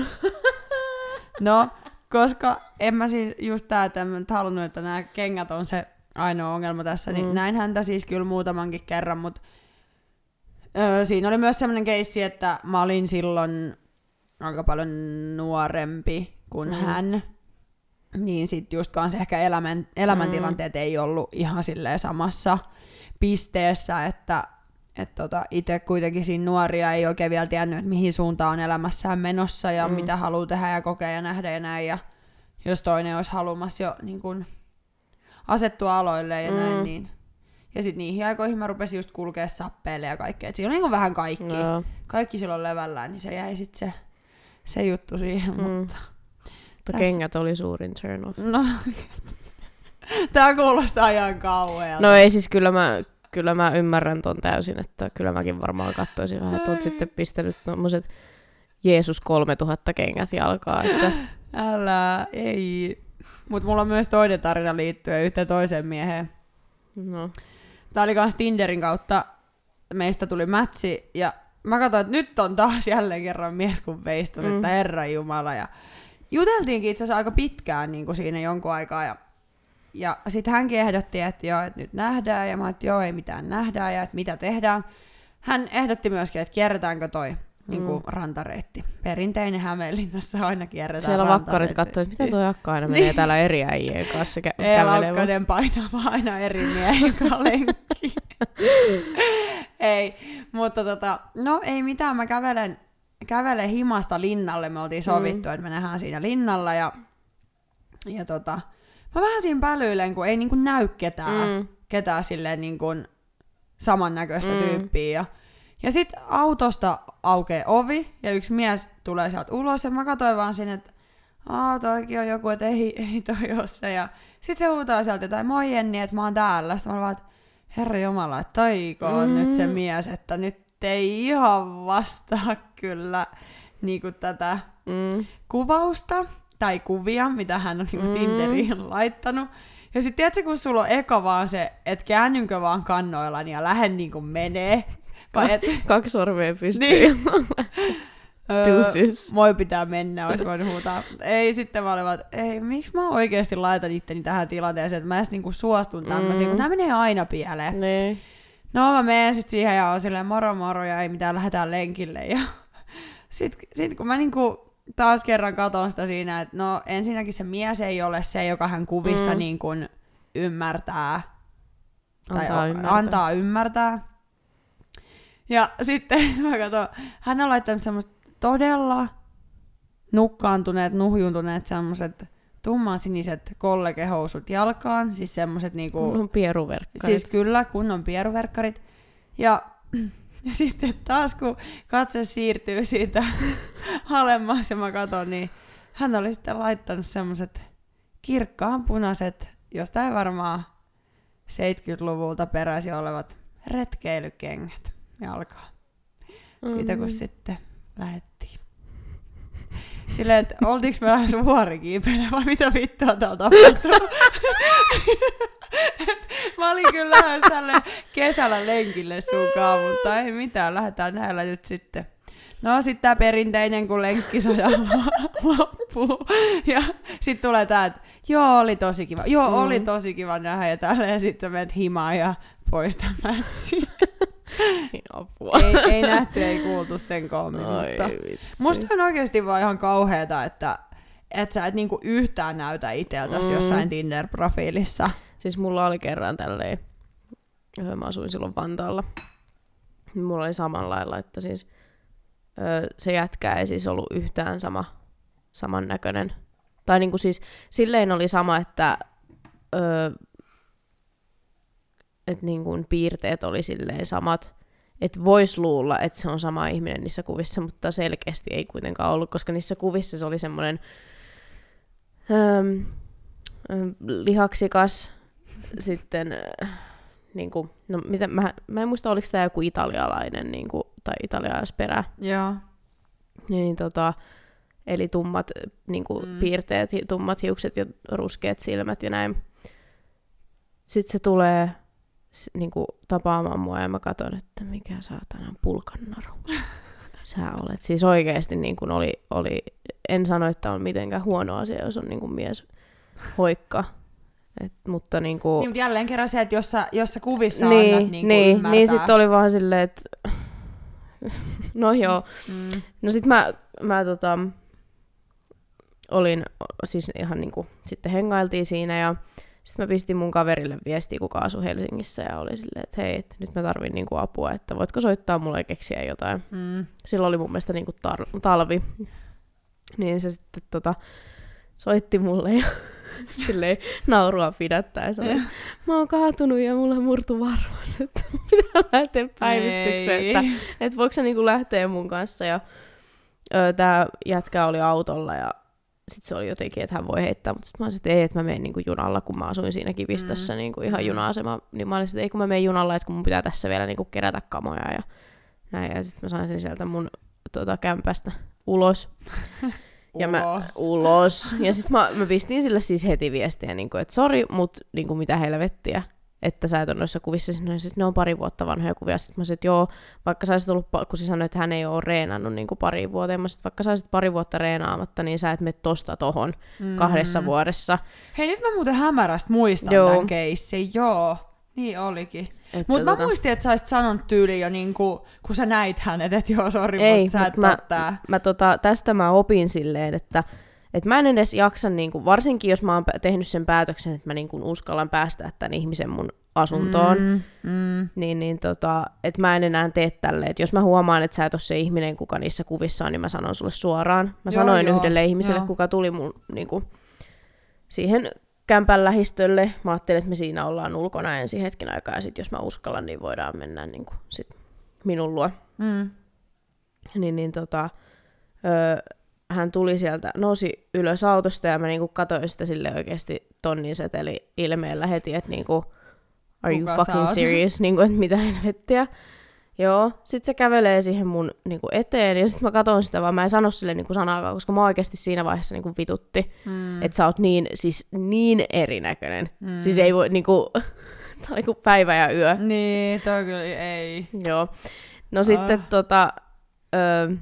No, koska en mä siis just tää, että en mä nyt halunnut, että nämä kengät on se ainoa ongelma tässä, niin mm. näin häntä siis kyllä muutamankin kerran, mutta öö, siinä oli myös semmoinen keissi, että mä olin silloin aika paljon nuorempi kuin mm. hän, niin sit just kanssa ehkä elämän, elämäntilanteet mm. ei ollut ihan silleen samassa pisteessä, että Et tota, itse kuitenkin siinä nuoria ei oikein vielä tiennyt, että mihin suuntaan on elämässään menossa ja mm. mitä haluaa tehdä ja kokea ja nähdä ja näin. Ja jos toinen olisi halumassa jo niin kun, asettua aloille ja mm. näin, niin... Ja sitten niihin aikoihin mä rupesin just kulkea sappeille ja kaikkea. Et siinä oli niin vähän kaikki. No. Kaikki silloin levällään, niin se jäi sitten se, se juttu siihen. Mm. Mutta tässä... kengät oli suurin turn off. No, tää kuulostaa ihan kauhealta. No ei siis, kyllä mä, kyllä mä ymmärrän ton täysin, että kyllä mäkin varmaan katsoisin vähän, että oot sitten pistänyt tommoset Jeesus kolmetuhatta kengät jalkaan. Että... Älä, ei. Mut mulla on myös toinen tarina liittyen yhteen toiseen mieheen. No. Tää oli kans Tinderin kautta, meistä tuli mätsi, ja mä katsoin, että nyt on taas jälleen kerran mies kun veistus, mm. että herranjumala. Ja juteltiinkin itse asiassa aika pitkään niin kuin siinä jonkun aikaa, ja, ja sit hänkin ehdotti, että joo, että nyt nähdään, ja mä että joo, ei mitään nähdään, ja että mitä tehdään. Hän ehdotti myöskin, että kierretäänkö toi niin kuin mm. rantareitti. Perinteinen Hämeenlinnassa aina kierretään siellä vakkarit katsoo, että mitä toi akka aina menee täällä eri äijien kanssa kä- kävelemään. Laukkanen painaa aina eri miehen lenkki. Ei, mutta tota, no ei mitään, mä kävelen, kävelen himasta linnalle, me oltiin sovittu, mm. että me nähdään siinä linnalla, ja, ja tota, mä vähän siinä pälyilen, kun ei niinku näy ketään, mm. ketään silleen niinku samannäköistä mm. tyyppiä, ja Ja sit autosta aukeaa ovi, ja yksi mies tulee sieltä ulos, ja mä katsoin vaan sinne, että aah, toikin on joku, että ei, ei toi oo se. Ja sit se huutaa sieltä jotain, moi Jenni, että mä oon täällä. Sitten mä vaan, että herra jumala, että toiko on mm. nyt se mies, että nyt ei ihan vastaa kyllä niinku tätä mm. kuvausta, tai kuvia, mitä hän on niinku mm. Tinderiin laittanut. Ja sit tiedätkö, kun sulla on eka vaan se, että käännynkö vaan kannoillani ja lähden niinku menee, Et... Kaksi sormea pystyy. Niin. Deuces. Moi pitää mennä, olisi voinut huutaa. Ei, sitten mä olin vaan, että ei, miksi mä oikeesti laitan itteni tähän tilanteeseen, että mä edes niinku suostun tämmöisiin, mm. kun nää menee aina pieleen. Niin. No mä menen sit siihen ja oon silleen moro moro ja ei mitään, lähdetään lenkille. Ja sit, sit kun mä niinku taas kerran katon sitä siinä, että no ensinnäkin se mies ei ole se, joka hän kuvissa mm. niin kuin ymmärtää. Tai antaa ymmärtää. Antaa ymmärtää. Ja sitten mä katson, hän on laittanut semmoset todella nukkaantuneet, nuhjuntuneet semmoset tummansiniset kollegehousut jalkaan. Siis semmoset niinku... Kunnon pieruverkkarit. Siis kyllä, kunnon pieruverkkarit. Ja, ja sitten taas kun katse siirtyy siitä alemmas ja mä katson, niin hän oli sitten laittanut semmoset kirkkaan punaiset, jostain varmaan seitsemänkymmentäluvulta peräisin olevat retkeilykengät. Jalkaa. Siitä kun mm. sitten lähdettiin. Silleen, että oltiinko me lähes vuorikiipeänä vai mitä vittua täällä tapahtuu? Mä olin kyllä lähes tälle kesällä lenkille sunkaan, mutta ei mitään, lähdetään näillä nyt sitten. No sit tää perinteinen, kun lenkkisoja loppuu. Ja sit tulee tää, että joo, oli tosi kiva. Joo, mm. oli tosi kiva nähdä ja tälleen. Ja sit sä menet himaan ja poista mätsiä. ei, ei nähty, ei kuultu sen koommin, Oi, mutta vitsi. Musta on oikeesti vaan ihan kauheeta, että et sä et niinku yhtään näytä iteltäsi mm. jossain Tinder-profiilissa. Siis mulla oli kerran tälleen, mä asuin silloin Vantaalla, mulla oli samanlailla, että siis se jätkä ei siis ollut yhtään sama, samannäköinen. Tai niinku siis silleen oli sama, että ö, et niinku piirteet oli silleen samat. Että vois luulla, että se on sama ihminen niissä kuvissa, mutta selkeästi ei kuitenkaan ollut, koska niissä kuvissa se oli semmoinen öö, lihaksikas, sitten äh, niinku, no mitä, mä, mä en muista, oliko tämä joku italialainen niinku, tai italialaisperä. Joo. Niin, tota, eli tummat niinku, mm. piirteet, tummat hiukset ja ruskeat silmät ja näin. Sitten se tulee niinku, tapaamaan mua ja mä katson, että mikä saatana pulkannaru sä olet. Siis oikeesti niin kun oli, oli, en sano, että on mitenkään huono asia, jos on niin kun mies hoikka. Et, mutta niinku... Niin, mutta jälleen kerran se, että jos sä, jos sä kuvissa niin, annat niin niin, ymmärtää. Niin sit oli vaan silleen, että no joo. Mm. No sit mä, mä tota, olin, siis ihan niinku, sitten hengailtiin siinä ja Sitten mä pistin mun kaverille viestiä, kuka asui Helsingissä, ja oli silleen, että hei, et nyt mä tarvin niinku apua, että voitko soittaa mulle ja keksiä jotain. Mm. Silloin oli mun mielestä niinku tar- talvi. Niin se sitten tota, soitti mulle ja silleen naurua pidättää. Ja sanoi, mä oon kaatunut ja mulla murtu varmas, että pitää lähteä päivystykseen, että, että voiko sä niinku lähteä mun kanssa. Ja ö, tää jätkä oli autolla ja sitten se oli jotenkin, että hän voi heittää, mutta sitten mä olisin, että ei, että mä menen niinku junalla, kun mä asuin siinä kivistössä mm. niinku ihan juna-asema. Niin mä olisin, että ei, kun mä menen junalla, että kun mun pitää tässä vielä niinku kerätä kamoja ja näin. Ja sitten mä sain sen sieltä mun tuota, kämpästä ulos. Ja mä, ulos. Ja sit mä, mä pistin sille siis heti viestiä, niin kuin, että sori, mut niin kuin, mitä helvettiä, että sä et ole noissa kuvissa. Sitten sit ne on pari vuotta vanhoja kuvia. Sitten mä sanoin, että joo, vaikka sä olisit ollut, kun sä sanoit, että hän ei ole reenannut niin kuin pari vuoteen. Mä sit, vaikka sä olisit pari vuotta reenaamatta, niin sä et mene tosta tohon mm. kahdessa vuodessa. Hei, nyt mä muuten hämärästi muistan joo. tämän keissin, joo. Niin olikin. Mutta tota... mä muistin, että sä olisit sanonut tyyliin jo niinku, kun sä näit hänet, että joo, sori, mutta sä et mä, tää. Mä tota, tästä mä opin silleen, että et mä en edes jaksa, niinku, varsinkin jos mä oon tehnyt sen päätöksen, että mä niinku uskallan päästää tämän ihmisen mun asuntoon, mm, mm. niin, niin tota, että mä en enää tee tälleen. Et jos mä huomaan, että sä et ole se ihminen, kuka niissä kuvissa on, niin mä sanon sulle suoraan. Mä joo, sanoin joo, yhdelle ihmiselle, joo. kuka tuli mun niinku, siihen kämpän lähistölle. Mä ajattelin, että me siinä ollaan ulkona ensin hetken aikaa, ja sit jos mä uskallan, niin voidaan mennä niin kuin, sit minun luo. Mm. Niin, niin tota, öö, hän tuli sieltä, nousi ylös autosta, ja mä niin kuin katsoin sitä sille oikeasti tonnin seteli ilmeellä heti, että niin kuin, are you Kuka fucking serious, niin kuin, että mitä helvettiä. Joo, sit se kävelee siihen mun niinku eteen, ja sit mä katon sitä, vaan mä en sano sille niinku sanaakaan, koska mä oikeasti siinä vaiheessa niinku vitutti, mm. että sä oot niin, siis niin erinäköinen. Mm. Siis ei voi niinku, tää on niinku päivä ja yö. Niin, toi kyllä ei. Joo. No oh. sitten tota, öö,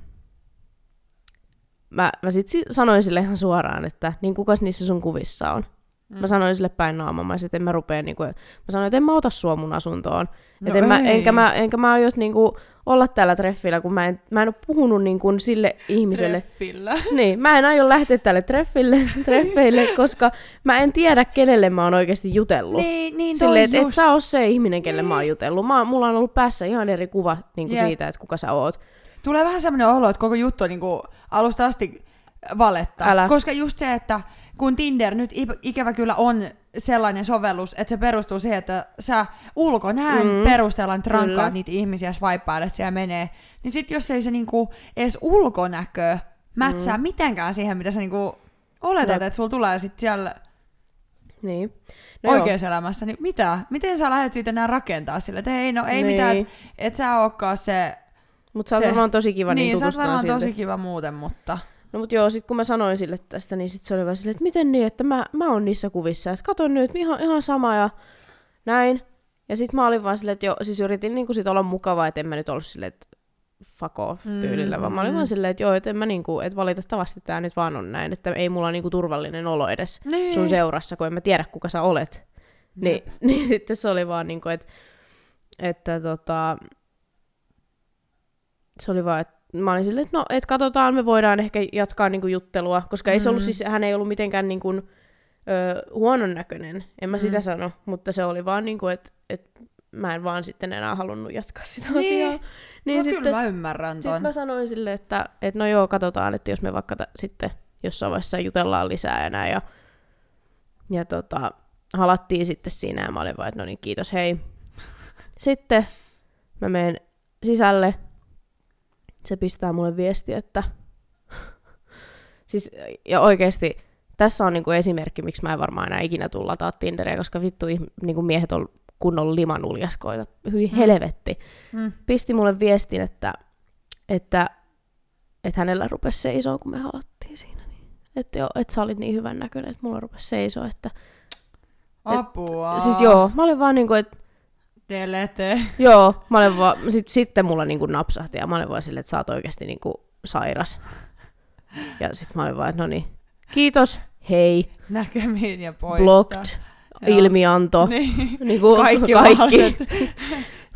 mä, mä sit sanoin sille ihan suoraan, että niin kukas niissä sun kuvissa on. Mm. Mä sanoin sille päin naamaa, mä, sit, en mä, rupea, niinku, mä sanoin, että en mä ota sua mun asuntoon. No en mä, enkä mä, enkä mä aio niinku, olla täällä treffillä, kun mä en, mä en ole puhunut niinku, sille ihmiselle. Treffillä. Niin, mä en aio lähteä tälle treffille, treffeille, koska mä en tiedä, kenelle mä oon oikeasti jutellut. Niin, niin silleen, että just... et sä oo se ihminen, kelle niin. mä oon jutellut. Mä, mulla on ollut päässä ihan eri kuva niinku, yeah. siitä, että kuka sä oot. Tulee vähän semmoinen olo, että koko juttu on niinku, alusta asti valetta. Älä. Koska just se, että kun Tinder nyt ikävä kyllä on sellainen sovellus, että se perustuu siihen, että sä ulkonäön mm. perusteella rankkaat niitä ihmisiä, swipeailet siellä menee, niin sit jos ei se niinku edes ulkonäkö mätsää mm. mitenkään siihen, mitä sä niinku oletat, Jep. että sulla tulee sit siellä niin. no oikeassa elämässä, niin mitä? Miten sä lähdet siitä enää rakentaa sille, että ei, no ei niin. mitään, että et sä ootkaan se... Mutta sä oot varmaan tosi kiva, niin, niin tutustua siltä. Niin, sä oot varmaan silti. tosi kiva muuten, mutta... No mut joo, sit kun mä sanoin sille tästä, niin sit se oli vaan silleen, että miten niin, että mä, mä oon niissä kuvissa, että kato nyt, ihan, ihan sama ja näin. Ja sit mä olin vaan silleen, että joo, siis yritin niinku sit olla mukava, että en mä nyt ollut silleen, että fuck off tyylillä, mm, vaan mä olin mm. vaan silleen, että joo, että en mä niinku, että valitettavasti tää nyt vaan on näin, että ei mulla niinku turvallinen olo edes niin. sun seurassa, kun en mä tiedä, kuka sä olet. Ni, niin sitten se oli vaan niinku, että, että tota, se oli vaan, että mä olin silleen, että no, et katsotaan, me voidaan ehkä jatkaa niinku juttelua, koska mm. ei se ollut siis, hän ei ollut mitenkään niinku, ö, huonon näköinen, en mä mm. sitä sano, mutta se oli vaan niinku, että et mä en vaan sitten enää halunnut jatkaa sitä niin. asiaa. Niin no sitten, kyllä mä ymmärrän ton. Sitten mä sanoin silleen, että et no joo, katsotaan, että jos me vaikka t- sitten jossain vaiheessa jutellaan lisää ja näin, ja, ja tota, halattiin sitten siinä, ja mä olin vaan, että no niin, kiitos, hei. Sitten mä menen sisälle. Se pistää mulle viestiä, että... siis, ja oikeesti, tässä on niinku esimerkki, miksi mä en varmaan enää ikinä tulla lataa Tinderiä, koska vittu niinku miehet on kunnon limanuljaskoita. Hyi mm. helvetti. Mm. Pisti mulle viestin, että, että, että hänellä rupesi seisoo, kun me halattiin siinä. Että jo, et sä olit niin hyvän näköinen, että mulla rupesi seisoo. Että, Apua. Et, siis joo, mä olin vaan niinku, että Delete. Joo, mä olen vaan, sit, sitten mulla niinku napsahti ja mä olin vaan silleen, että sä oot oikeesti niinku sairas. Ja sit mä olin vaan, että no niin, kiitos, hei. Näkemiin ja poista. Blocked, Joo. ilmianto, niin. niinku kaikki. kaikki.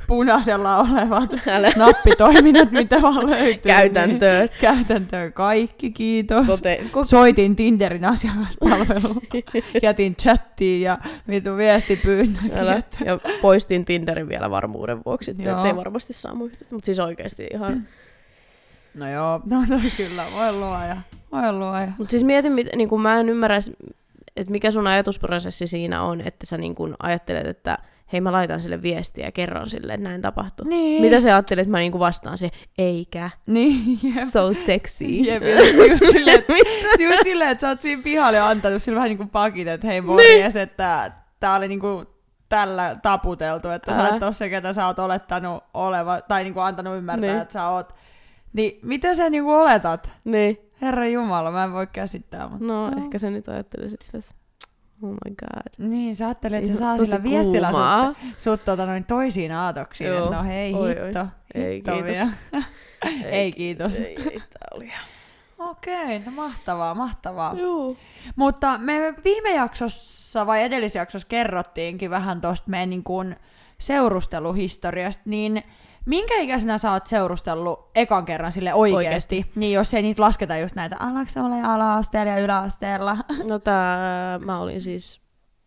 punaisella olevat Älä. nappitoiminnot, mitä vaan löytyy. Käytäntöön. Niin, käytäntöön kaikki, kiitos. Tote, ko- Soitin Tinderin asiakaspalveluun, jätin chattiin ja vitu viestipyynnökin. Älä. Ja poistin Tinderin vielä varmuuden vuoksi, että Joo. ei varmasti saa mun yhteyttä. Mutta siis oikeesti ihan... No joo, no toi kyllä, voi luoja, voi luoja. Mutta siis mietin, mit, niin kun mä en ymmärrä, että mikä sun ajatusprosessi siinä on, että sä niin kun ajattelet, että hei mä laitan sille viestiä ja kerron sille, että näin tapahtuu. Niin. Mitä sä ajattelet, että mä niin kun vastaan siihen, eikä, Niin, jep. so sexy. Jep, just silleen, että, just silleen, että sä oot siinä pihalla ja antanut sille vähän niinku pakit, että hei morjes, että tää oli niinku tällä taputeltu, että Älä. sä et ole se, ketä sä oot olettanut oleva, tai niinku antanut ymmärtää, niin. että sä oot. Niin mitä sä niinku oletat? Niin. Herra Jumala, mä en voi käsittää. Mutta no, no, ehkä se nyt ajattelee sitten, että oh my god. Niin, sä ajattelet, että se Ihan saa tosi sillä viestillä kuumaa. sut, sut tota, noin toisiin aatoksiin. Joo. Että no hei, Oi, hitto. oi. Ei, hitto kiitos. vielä. Ei, ei kiitos. Ei, ei sitä oli. Okei, no mahtavaa, mahtavaa. Joo. Mutta me viime jaksossa vai edellisjaksossa kerrottiinkin vähän tosta meidän niin kuin seurusteluhistoriasta, niin minkä ikäisenä sä oot seurustellut ekan kerran sille oikeesti? Oikeesti. Niin jos ei niitä lasketa just näitä, alaks ole ala-asteella ja yläasteella? No tää, mä olin siis,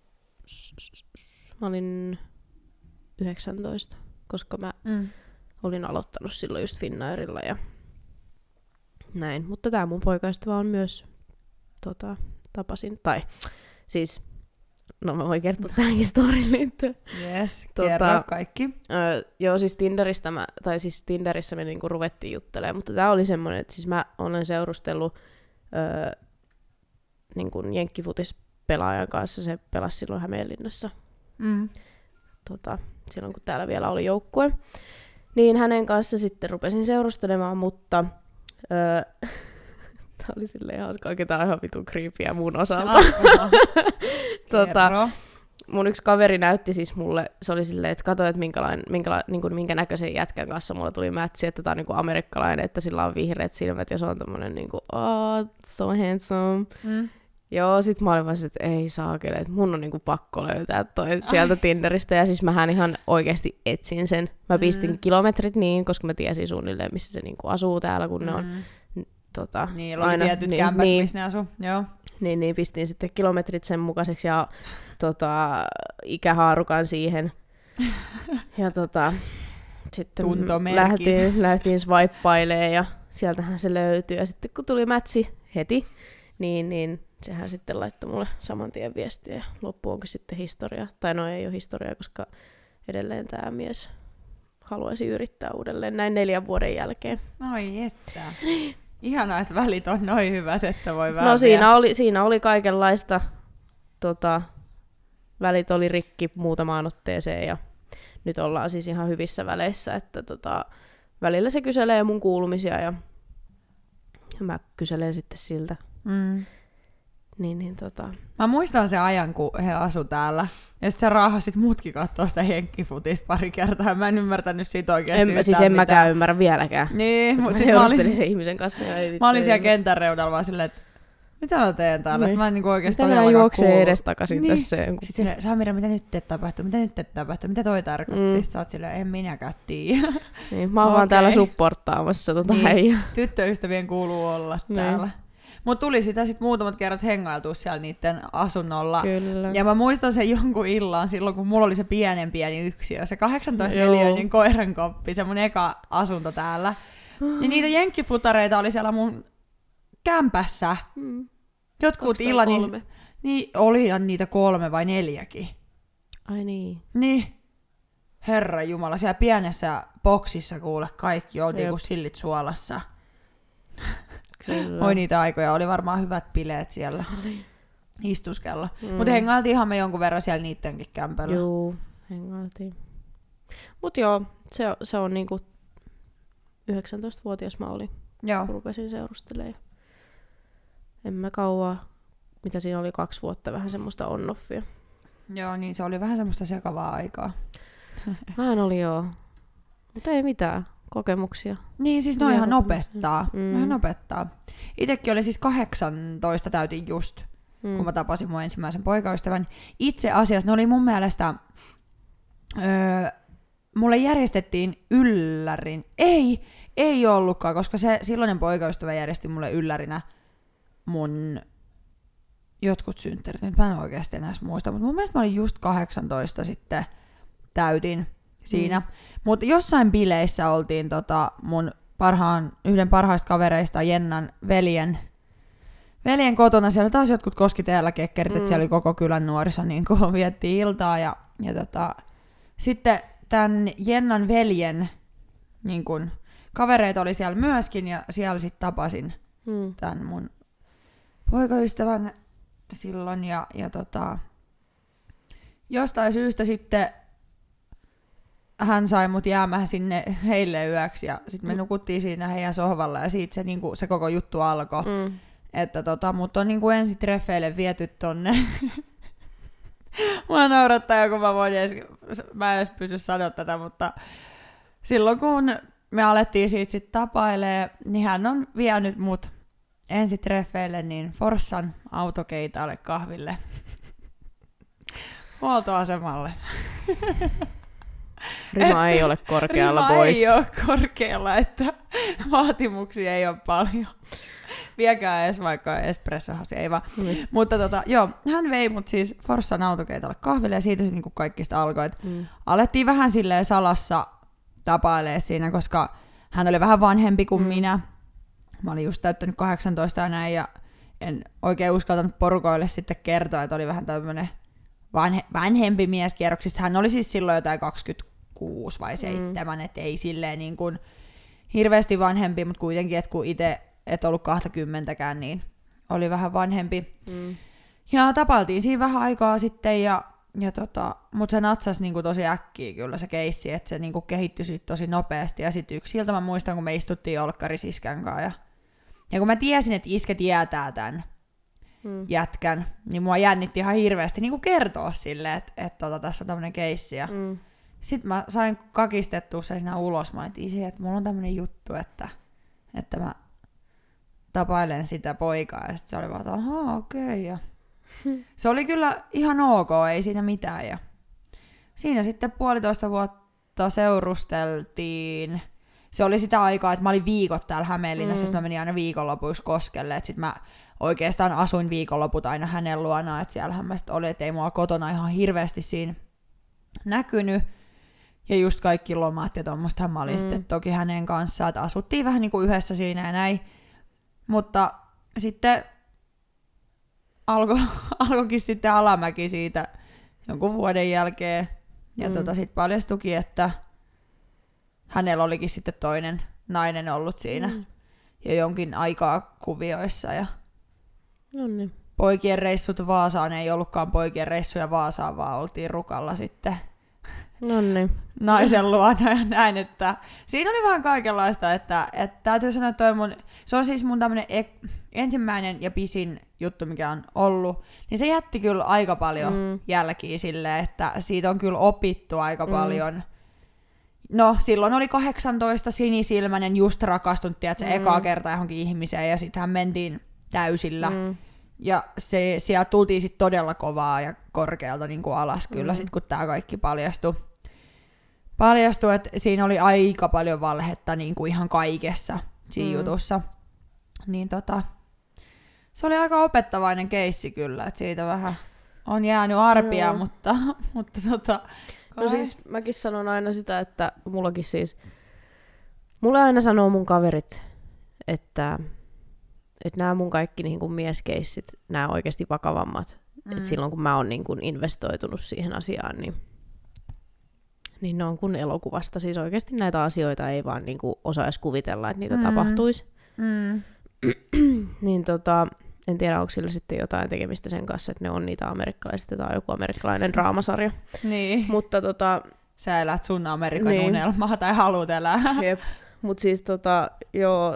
mä olin yhdeksäntoista, koska mä mm. olin aloittanut silloin just Finnairilla ja näin. Mutta tää mun poikaystävä on myös, tota, tapasin, tai siis, no mä voin kertoa tähän historiin liittyen. Yes, tota, kerro kaikki. Öö, joo, siis Tinderistä mä, tai siis Tinderissä me niinku ruvettiin juttelemaan, mutta tää oli semmonen, että siis mä olen seurustellut öö, niinku jenkkifutispelaajan kanssa, se pelasi silloin Hämeenlinnassa, mm. tota, silloin kun täällä vielä oli joukkue. Niin hänen kanssa sitten rupesin seurustelemaan, mutta öö, tää oli silleen hauskaa, oikein tää on ihan vitun creepyä mun osalta. tota, mun yksi kaveri näytti siis mulle, se oli silleen, että katso, että minkälainen, minkäla, niin kuin, minkä näköisen jätkän kanssa mulle tuli mätsi, että tää on niin kuin amerikkalainen, että sillä on vihreät silmät ja se on tommonen niin kuin, oh, so handsome. Mm. Joo, sit mä olin vaan että ei saakele, että mun on niinku pakko löytää toi sieltä Tinderistä. Ja siis mähän ihan oikeesti etsin sen. Mä pistin mm. kilometrit niin, koska mä tiesin suunnilleen, missä se niinku asuu täällä, kun mm. ne on tota, niin, oli aina, tietyt niin, kämpät, niin, missä ne asuu. Joo. Niin, niin, pistin sitten kilometrit sen mukaiseksi ja tota, ikähaarukan siihen. Ja tota, sitten lähtiin, lähtiin swippailemaan ja sieltähän se löytyi. Ja sitten kun tuli mätsi heti, niin, niin sehän sitten laittoi mulle saman tien viestiä ja loppu onkin sitten historia. Tai no ei ole historia, koska edelleen tämä mies haluaisi yrittää uudelleen näin neljän vuoden jälkeen. Oi että. Ihanaa, että välit on noin hyvät, että voi vähän. No siinä oli, siinä oli kaikenlaista. Tota, välit oli rikki muutamaan otteeseen ja nyt ollaan siis ihan hyvissä väleissä. Että tota, välillä se kyselee mun kuulumisia ja, ja mä kyselen sitten siltä. Mm. Niin, niin, tota. Mä muistan sen ajan, kun he asu täällä. Ja sit sä raahasit mutkin kattoo sitä jenkkifutista pari kertaa. Mä en ymmärtänyt siitä oikeasti en, yhtään siis en mitään. mäkään ymmärrä vieläkään. Niin, mutta mä seurustelin sen ihmisen kanssa. Ja ei, mä olin siellä kentän reunalla vaan silleen, että mitä mä teen täällä? Niin. Että mä en niinku oikeesti todellakaan kuulu. Mitä nää juoksee edes takaisin niin. Tässä? Sitten silleen, Samira, mitä nyt tapahtuu? Mitä nyt tapahtuu? Mitä toi tarkoitti? Mm. Sitten sä oot silleen, en minäkään tiedä. Niin, mä oon okay. vaan täällä supporttaamassa tota niin. Häijää. Tyttöystävien kuuluu olla niin. Täällä. Mut tuli sitä sit muutamat kerrat hengailtua siellä niitten asunnolla. Kyllä. Ja mä muistan sen jonkun illan silloin, kun mulla oli se pienen pieni yksiö, se kahdeksantoista neliöinen koirankoppi, se mun eka asunto täällä. Ja niitä jenkkifutareita oli siellä mun kämpässä. Mm. Jotkut illan, niin, niin oli niitä kolme vai neljäkin. Ai niin. Niin. Herra Jumala, siellä pienessä boksissa kuule kaikki oltiin kuin sillit suolassa. Kyllä. Oi niitä aikoja, oli varmaan hyvät bileet siellä istuskella. Mm. Mutta hengailtiinhan me jonkun verran siellä niittenkin kämpällä. Joo, hengailtiin. Mut joo, se, se on niinku yhdeksäntoistavuotias mä olin, joo. Kun rupesin seurustelemaan. En mä kauaa, mitä siinä oli kaksi vuotta, vähän semmoista on-offia. Joo, niin se oli vähän semmoista sekavaa aikaa. Vähän oli joo, mutta ei mitään. Kokemuksia. Niin, siis noihan opettaa. Mm. Noihan opettaa. Itekin oli siis kahdeksantoista täytin just, mm. kun mä tapasin mun ensimmäisen poikaystävän. Itse asiassa ne oli mun mielestä öö, mulle järjestettiin yllärin. Ei, ei ollutkaan, koska se silloinen poikaystävä järjesti mulle yllärinä mun jotkut synttärit. Nyt mä en oikeasti enää muista, mutta mun mielestä mä olin just kahdeksantoista sitten täytin siinä. Mm. Mutta jossain bileissä oltiin tota mun parhaan, yhden parhaista kavereista Jennan veljen, veljen kotona. Siellä taas jotkut koskiteellä kekkerit, mm. että siellä oli koko kylän nuoriso, niin kun viettiin iltaa. Ja, ja tota, sitten tämän Jennan veljen niin kun, kavereita oli siellä myöskin, ja siellä sitten tapasin mm. tämän mun poikaystävän silloin. Ja, ja tota, jostain syystä sitten hän sai mut jäämään sinne heille yöksi, ja sitten me mm. nukuttiin siinä heidän sohvalla, ja siitä se, niinku, se koko juttu alkoi. Mm. Että tota, mut on niinku ensi treffeille viety tonne. Mua naurattaa, kun mä voin edes, mä en edes pysty sanoa tätä, mutta silloin kun me alettiin siitä sit tapailee, niin hän on vienyt mut ensi treffeille niin Forssan autokeitaalle kahville. Huoltoasemalle. Rima ei ole korkealla, Rima boys. ei ole korkealla, että vaatimuksia ei ole paljon. Viekää edes vaikka espressohasi, ei vaan. Mm. Mutta tota, joo, hän vei mut siis Forssan autokeitalle kahville, ja siitä se niinku kaikista alkoi. Mm. Alettiin vähän silleen salassa tapailee siinä, koska hän oli vähän vanhempi kuin mm. minä. Mä olin just täyttänyt kahdeksantoista ja näin, ja en oikein uskaltanut porukoille sitten kertoa, että oli vähän tämmönen vanhe, vanhempi mies kierroksissa. Hän oli siis silloin jotain kaksikymmentäkuusi vai seitsemän, mm. että ei silleen niin kuin hirveästi vanhempi, mutta kuitenkin, että kun itse et ollut kaksikymmentäkään, niin oli vähän vanhempi. Mm. Ja tapailtiin siinä vähän aikaa sitten, ja, ja tota, mutta se natsasi niin kuin tosi äkkiä kyllä se keissi, että se niin kuin kehittyi siitä tosi nopeasti. Ja sitten yksi ilta mä muistan, kun me istuttiin olkkaris iskän kanssa, ja, ja kun mä tiesin, että iskä tietää tämän mm. jätkän, niin mua jännitti ihan hirveästi niin kuin kertoa silleen, että, että tota, tässä on tämmöinen keissi. Ja mm. sitten mä sain kakistettua se siinä ulos. Mä olin, isi, että mulla on tämmöinen juttu, että, että mä tapailen sitä poikaa. Ja sitten se oli vaan, että ahaa, okei. Okay. Ja se oli kyllä ihan ok, ei siinä mitään. Ja siinä sitten puolitoista vuotta seurusteltiin. Se oli sitä aikaa, että mä olin viikot täällä Hämeenlinnassa, mm. mä menin aina viikonlopuiksi Koskelle. Että sit mä oikeastaan asuin viikonloput aina hänen luonaan. Että siellähän mä sit oli, että ei mua kotona ihan hirveästi siinä näkynyt. Ja just kaikki lomat ja tommostahan mä olin mm. sitten toki hänen kanssaan. Että asuttiin vähän niin kuin yhdessä siinä ja näin. Mutta sitten alkoi alkoikin sitten alamäki siitä jonkun vuoden jälkeen. Ja mm. tota, sitten paljastukin, että hänellä olikin sitten toinen nainen ollut siinä mm. jo jonkin aikaa kuvioissa. Ja Noniin. Poikien reissut Vaasaan ei ollutkaan poikien reissuja Vaasaan, vaan oltiin Rukalla sitten Noniin. naisen luona ja näin. Että siinä oli vähän kaikenlaista, että, että täytyy sanoa, että toi mun, se on siis mun tämmönen ek, ensimmäinen ja pisin juttu, mikä on ollut, niin se jätti kyllä aika paljon mm. jälkiä silleen, että siitä on kyllä opittu aika mm. paljon. No, silloin oli kahdeksantoista, sinisilmäinen, just rakastunut, tiedätkö, mm. ekaa kertaa johonkin ihmiseen, ja sittenhän mentiin täysillä. Mm. Ja se, sieltä tultiin sitten todella kovaa ja korkealta niin kuin alas kyllä, mm. sit, kun tämä kaikki paljastui. Paljastui, että siinä oli aika paljon valhetta niin kuin ihan kaikessa siinä mm. jutussa. Niin tota, se oli aika opettavainen keissi kyllä, että siitä vähän on jäänyt arpia, mm. mutta, mutta tota... No siis mäkin sanon aina sitä, että mullakin siis, mulle aina sanoo mun kaverit, että, että nämä mun kaikki niin kuin mieskeissit, nämä oikeasti vakavammat, mm. että silloin kun mä oon niin kuin investoitunut siihen asiaan, niin, niin ne on kuin elokuvasta. Siis oikeasti näitä asioita ei vaan niin kuin osaisi kuvitella, että niitä mm. tapahtuisi. Mm. niin tota... En tiedä, onko sillä sitten jotain tekemistä sen kanssa, että ne on niitä amerikkalaisia, tai joku amerikkalainen draamasarja. Niin. Mutta tota... Sä elät sun Amerikan niin. unelmaa, tai haluut elää. Jep. Mut siis tota, joo...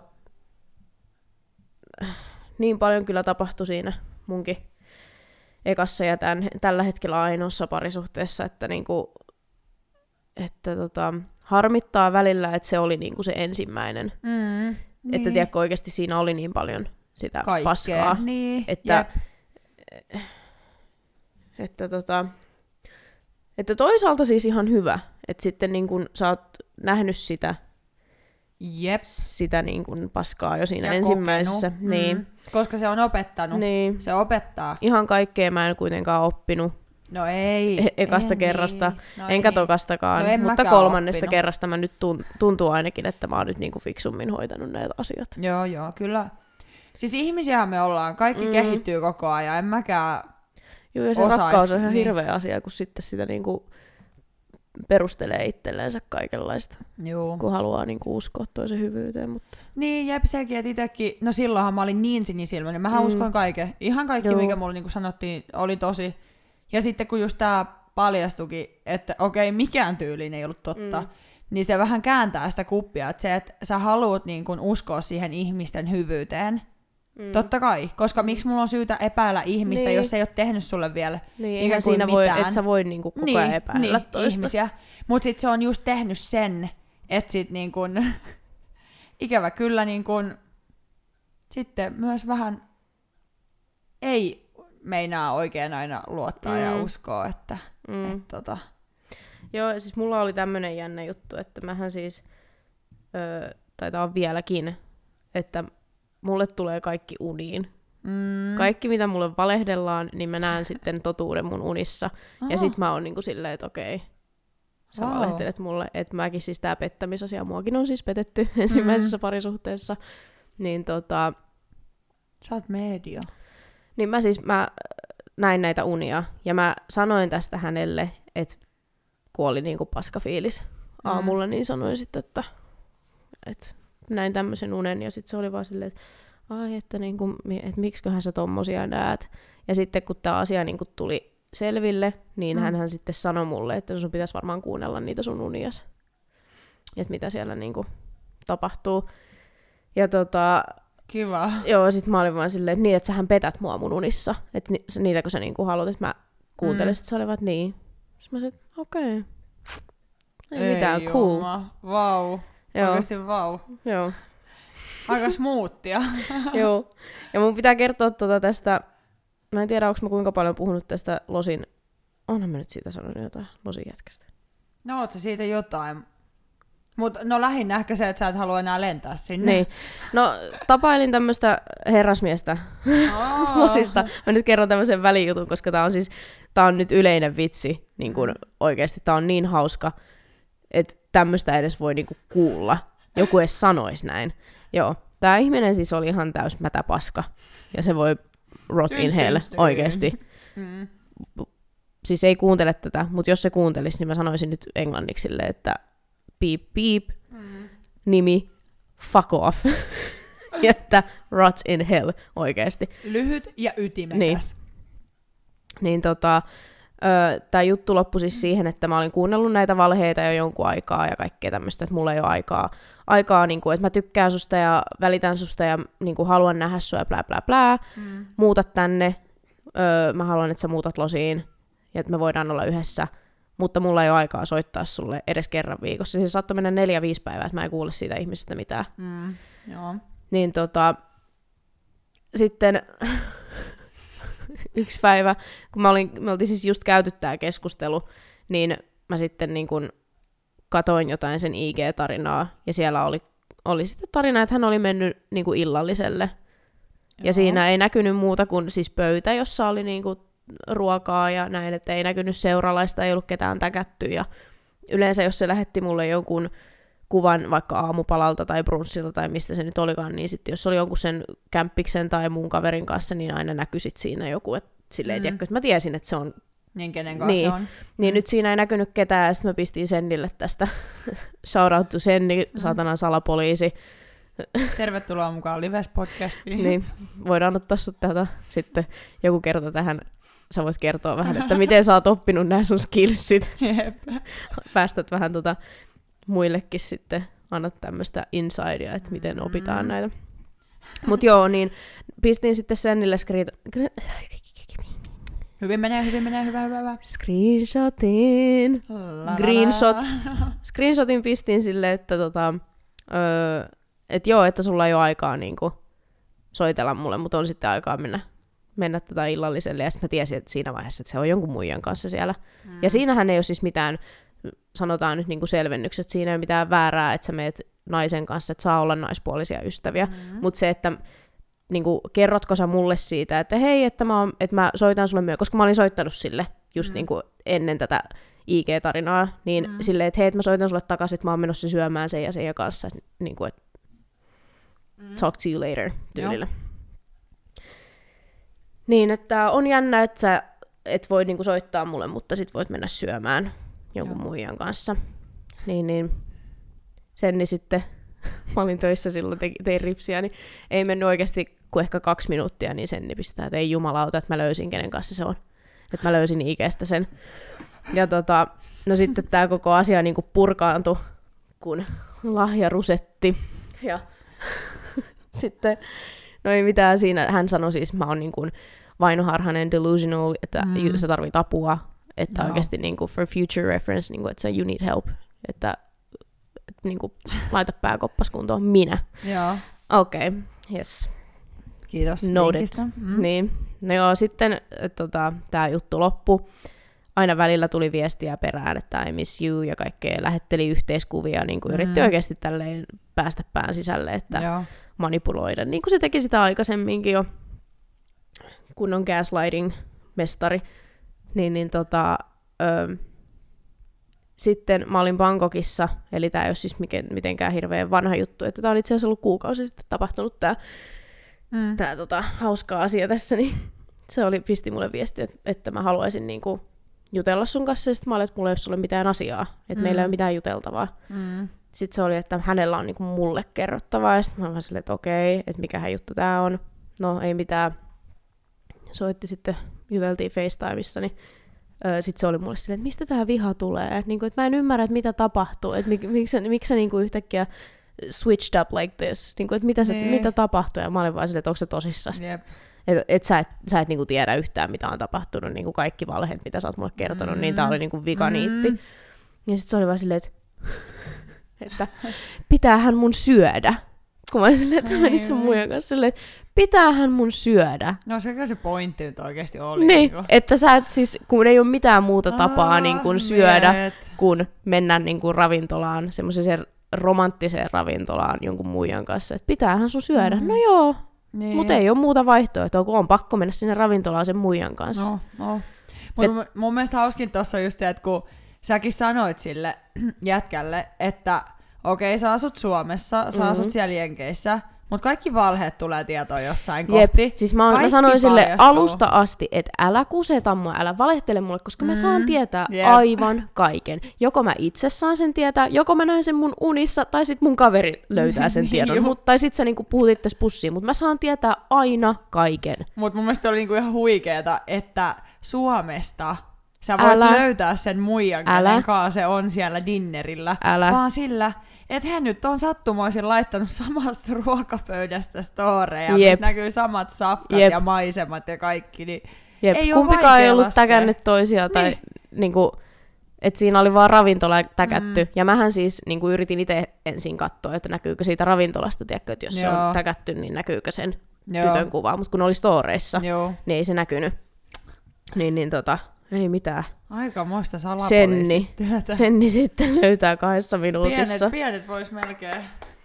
Niin paljon kyllä tapahtui siinä munkin ekassa ja tämän, tällä hetkellä ainoassa parisuhteessa, että niinku... Että tota... Harmittaa välillä, että se oli niinku se ensimmäinen. Mm, niin. Että tiedätkö, oikeasti siinä oli niin paljon... sitä kaikkea. Paskaa, niin. että, että tota, Että toisaalta siis ihan hyvä, että sitten niin kun sä oot nähnyt sitä, Jep. sitä niin kun paskaa jo siinä Ja ensimmäisessä. kokenut. Niin. Mm. Koska se on opettanut. Niin. Se opettaa. Ihan kaikkea mä en kuitenkaan oppinut No ei. e- ekasta ei, kerrasta, niin. No enkä ei. tokastakaan, No en mutta mäkään kolmannesta oppinut. kerrasta mä nyt tun- tuntuu ainakin, että mä oon nyt niinku fiksummin hoitanut näitä asiat. Joo, joo, kyllä. Siis ihmisiähän me ollaan. Kaikki Mm. kehittyy koko ajan. En mäkään Joo, ja se osais, rakkaus on ihan niin. hirveä asia, kun sitten sitä niinku perustelee itselleensä kaikenlaista, Juu. kun haluaa niinku uskoa toisen hyvyyteen. Mutta... Niin, jep, sekin, että itekin, no silloinhan mä olin niin sinisilmäinen, mähän Mm. mm. uskoin kaiken. Ihan kaikki, Joo. mikä mulle niin sanottiin, oli tosi. Ja sitten kun just tää paljastukin, että okei, mikään tyyliin ei ollut totta, Mm. niin se vähän kääntää sitä kuppia, että se, että sä haluut niin kun uskoa siihen ihmisten hyvyyteen. Mm. Totta kai, koska miksi mulla on syytä epäillä ihmistä, Niin. jos se ei ole tehnyt sulle vielä Niin, ikään eihän kuin siinä voi, mitään. et sä voi niinku koko ajan epäillä niin, toista. ihmisiä. Mutta sitten se on just tehnyt sen, että sit niin kun, ikävä kyllä niin kun, sitten myös vähän ei meinaa oikein aina luottaa mm. ja Mm. uskoa, että Mm. et, tota, Joo, siis mulla oli tämmönen jännä juttu, että mähän siis, öö, taitaa on vieläkin, että mulle tulee kaikki uniin. mm, Kaikki, mitä mulle valehdellaan, niin mä näen sitten totuuden mun unissa. aha, Ja sit mä oon niinku silleen, että okei, sä Wow. valehtelet mulle. Että mäkin siis tää pettämisasia, muakin on siis petetty ensimmäisessä parisuhteessa. Niin tota, sä oot media. niin mä siis, mä näin näitä unia. Ja mä sanoin tästä hänelle, että kun oli niinku paskafiilis aamulla, niin sanoin sitten, että, että näin tämmöisen unen. Ja sitten se oli vaan silleen, että ai, että, niinku, että miksiköhän sä tommosia näet. Ja sitten kun tämä asia niinku tuli selville, niin Mm. hänhän sitten sanoi mulle, että sun pitäisi varmaan kuunnella niitä sun unias. Että mitä siellä niinku tapahtuu. Ja tota, Kiva. joo, sit mä olin vaan silleen, että niin, että sähän petät mua mun unissa. Että ni, niitäkö sä niinku haluat, että mä kuuntelen. Mm. Sit se oli vaan, että niin. Sitten mä sanoin, että okei. Okay. Ei, mitään, Ei cool. jumma. Vau. Joo, Oikeasti vau. joo, Aika smoothia. joo. Ja mun pitää kertoa tota tästä, mä en tiedä, onko mä kuinka paljon puhunut tästä Losin, onhan mä nyt siitä sanonut jotain, Losin jätkästä. No oot sä siitä jotain. Mut no lähinnä ehkä se, että sä et halua enää lentää sinne. Niin. No, tapailin tämmöstä herrasmiestä Oh. Losista. Mä nyt kerron tämmöisen välijutun, koska tää on siis, tää on nyt yleinen vitsi, niin kun oikeesti tää on niin hauska, että tämmöstä edes voi niinku kuulla. Joku edes sanois näin. Joo, tää ihminen siis oli ihan täys mätäpaska. Ja se voi rot in Tyns, hell, tyns, tyns. oikeesti. Mm. Siis ei kuuntele tätä, mutta jos se kuuntelisi, niin mä sanoisin nyt englanniksi silleen, että beep beep, Mm. nimi, fuck off. Ja että rot in hell, oikeesti. Lyhyt ja ytimekäs. Niin. Niin tota, tämä juttu loppui siis siihen, että mä olin kuunnellut näitä valheita jo jonkun aikaa ja kaikkea tämmöistä, että mulla ei ole aikaa, aikaa niin kuin, että mä tykkään susta ja välitän susta ja niin kuin, haluan nähdä sua ja blää blää blää. Mm. Muuta tänne, öö, mä haluan, että sä muutat Losiin ja että me voidaan olla yhdessä, mutta mulla ei ole aikaa soittaa sulle edes kerran viikossa. Se saattoi mennä neljä viisi päivää, että mä en kuule siitä ihmisestä mitään. Mm. Joo. Niin tota, sitten yksi päivä, kun mä olin, me oltiin siis just käyty tää keskustelu, niin mä sitten niin kun katoin jotain sen I G-tarinaa, ja siellä oli, oli sitten tarina, että hän oli mennyt niin kuin illalliselle. Ja Joo. siinä ei näkynyt muuta kuin siis pöytä, jossa oli niin kuin ruokaa ja näin, että ei näkynyt seuralaista, ei ollut ketään täkätty. Ja yleensä jos se lähetti mulle jonkun kuvan vaikka aamupalalta tai brunssilta tai mistä se nyt olikaan, niin sitten jos oli jonkun sen kämppiksen tai muun kaverin kanssa, niin aina näkyi sit siinä joku, että silleen, Mm. tiedätkö, että mä tiesin, että se on. Niin kenen kanssa Niin. se on. Niin Mm. nyt siinä ei näkynyt ketään, ja sitten mä pistin Sennille tästä, shout out to Senni, Mm. saatanan salapoliisi, Tervetuloa mukaan Lives-podcastiin. niin voidaan ottaa sut tätä sitten joku kerta tähän, sä voit kertoa vähän, että miten sä oot oppinut nämä sun skillsit, Jep. päästät vähän tota muillekin sitten, annat tämmöistä insidea, että miten opitaan Mm. näitä. Mut joo, niin pistin sitten Sennille screen... Hyvin menee, hyvin menee, hyvä, hyvä, hyvä. screenshotin. La, la, Greenshot. la. Screenshotin pistin sille, että tota, öö, et joo, että sulla ei ole aikaa niinku soitella mulle, mutta on sitten aikaa mennä mennä tota illalliselle, ja sitten mä tiesin, että siinä vaiheessa, että se on jonkun muijan kanssa siellä. Mm. Ja siinähän ei ole siis mitään, sanotaan nyt niinku selvennykset, siinä ei ole mitään väärää, että sä meet naisen kanssa, että saa olla naispuolisia ystäviä, Mm. mutta se, että niinku, kerrotko sä mulle siitä, että hei, että mä, oon, että mä soitan sulle myös, koska mä olin soittanut sille just Mm. niinku ennen tätä I G-tarinaa, niin Mm. silleen, että hei, että mä soitan sulle takaisin, että mä oon menossa syömään sen ja sen ja kanssa, niinku, että Mm. talk to you later tyylillä. Niin, että on jännä, että sä et voi niinku soittaa mulle, mutta sit voit mennä syömään jonkun Joo. muijan kanssa. Niin, niin. Senni sitten, mä olin töissä silloin, te, tein ripsiä, niin ei mennyt oikeasti kuin ehkä kaksi minuuttia, niin Senni pistää, että ei jumalauta, että mä löysin, kenen kanssa se on. Että mä löysin I G:stä sen. Ja tota, no sitten tää koko asia niinku purkaantui, kun lahja rusetti. Ja sitten, no ei mitään siinä, hän sanoi siis, mä oon niin kuin vainoharhainen, delusional, että Mm. sä tarvit apua, että Joo. oikeasti oikeasti niin kuin for future reference, niin kuin, että sä you need help, että, että niin kuin, laita pääkoppas kuntoon, minä. Joo. Okei, okay, yes, Kiitos noted. vinkistä. Mm. Niin, no joo, sitten tota, tää juttu loppui. Aina välillä tuli viestiä perään, että I miss you ja kaikkea, lähetteli yhteiskuvia, niin kuin Mm. yritti oikeasti tälleen päästä pään sisälle, että Joo. manipuloida, niin kuin se teki sitä aikaisemminkin jo, kun on gaslighting-mestari. Niin, niin tota, ö, sitten mä olin Bangkokissa, eli tää ei ole siis mitenkään hirveän vanha juttu, että tää on itse asiassa ollut kuukausi sitten tapahtunut tää, Mm. tää tota, hauska asia tässä, niin se oli, pisti mulle viesti, että, että mä haluaisin niinku jutella sun kanssa, ja sitten mä olin, että mulla ei ole sulle mitään asiaa, että Mm. meillä ei ole mitään juteltavaa. Mm. Sitten se oli, että hänellä on niinku mulle kerrottavaa, ja sitten mä olin silleen, että okei, että mikähän juttu tää on. No ei mitään. Soitti sitten, juteltiin FaceTimeissa, niin öö, sitten se oli mulle silleen, että mistä tää viha tulee? Niinku, että mä en ymmärrä, että mitä tapahtuu, että mik, miksi, miksi sä niinku yhtäkkiä switched up like this, niinku, että mitä, se, Niin. mitä tapahtuu? Ja mä olin vaan silleen, että onko se tosissas? Jep. Että et sä et, sä et niinku tiedä yhtään, mitä on tapahtunut, niinku kaikki valheet, mitä sä oot mulle kertonut, mm. niin tää oli niinku vikaniitti. Mm. Ja sit se oli vaan silleen, että, että pitäähän mun syödä. Kun mä olin silleen, että sä menit sun muijan kanssa silleen, että pitäähän mun syödä. No sekä se pointti nyt oikeesti oli. Niin, niinku. että sä et siis, kun ei ole mitään muuta tapaa niin kuin syödä, Miehet. kuin mennä niin kuin ravintolaan, semmoiseen romanttiseen ravintolaan jonkun muijan kanssa, että pitäähän sun syödä. Mhm. No joo, Niin. mutta ei ole muuta vaihtoehtoa, kun on pakko mennä sinne ravintolaan sen muijan kanssa. No, no. Mut mun, mun mielestä hauskin tossa on just se, että kun säkin sanoit sille jätkälle, että okei, sä asut Suomessa, sä Mhm. asut siellä Jenkeissä, mutta kaikki valheet tulee tietoon jossain Jep, kohti. siis mä, oon- mä Kaikki sanoin sille paljastuu. alusta asti, että älä kuseta mua, älä valehtele mulle, koska mä saan Mm, tietää jep. aivan kaiken. Joko mä itse saan sen tietää, joko mä näen sen mun unissa, tai sit mun kaveri löytää sen Niin, tiedon. juu. Mut, tai sit sä niinku puhut itses pussiin, mutta mä saan tietää aina kaiken. Mutta mun mielestä oli niinku ihan huikeeta, että Suomesta sä voit Älä. löytää sen muijan, Älä. kenen kanssa se on siellä dinnerillä. Älä. Vaan sillä, että hän nyt on sattumoisin laittanut samasta ruokapöydästä storeja, Jep. missä näkyy samat safkat Jep. ja maisemat ja kaikki. Niin Jep, ei oo kumpikaan vaikea ei ollut laskea. täkännyt toisia, tai Niin. niinku, että siinä oli vaan ravintola täkätty. Mm. Ja mähän siis niinku yritin itse ensin katsoa, että näkyykö siitä ravintolasta, tiedätkö, että jos se Joo. on täkätty, niin näkyykö sen Joo. tytön kuva. Mutta kun oli storeissa, Joo. niin ei se näkynyt. Niin, niin tota, ei mitään. Aikamoista Senni. salapoliisityötä. Senni sitten löytää kahdessa Pienet, minuutissa. pienet vois melkein.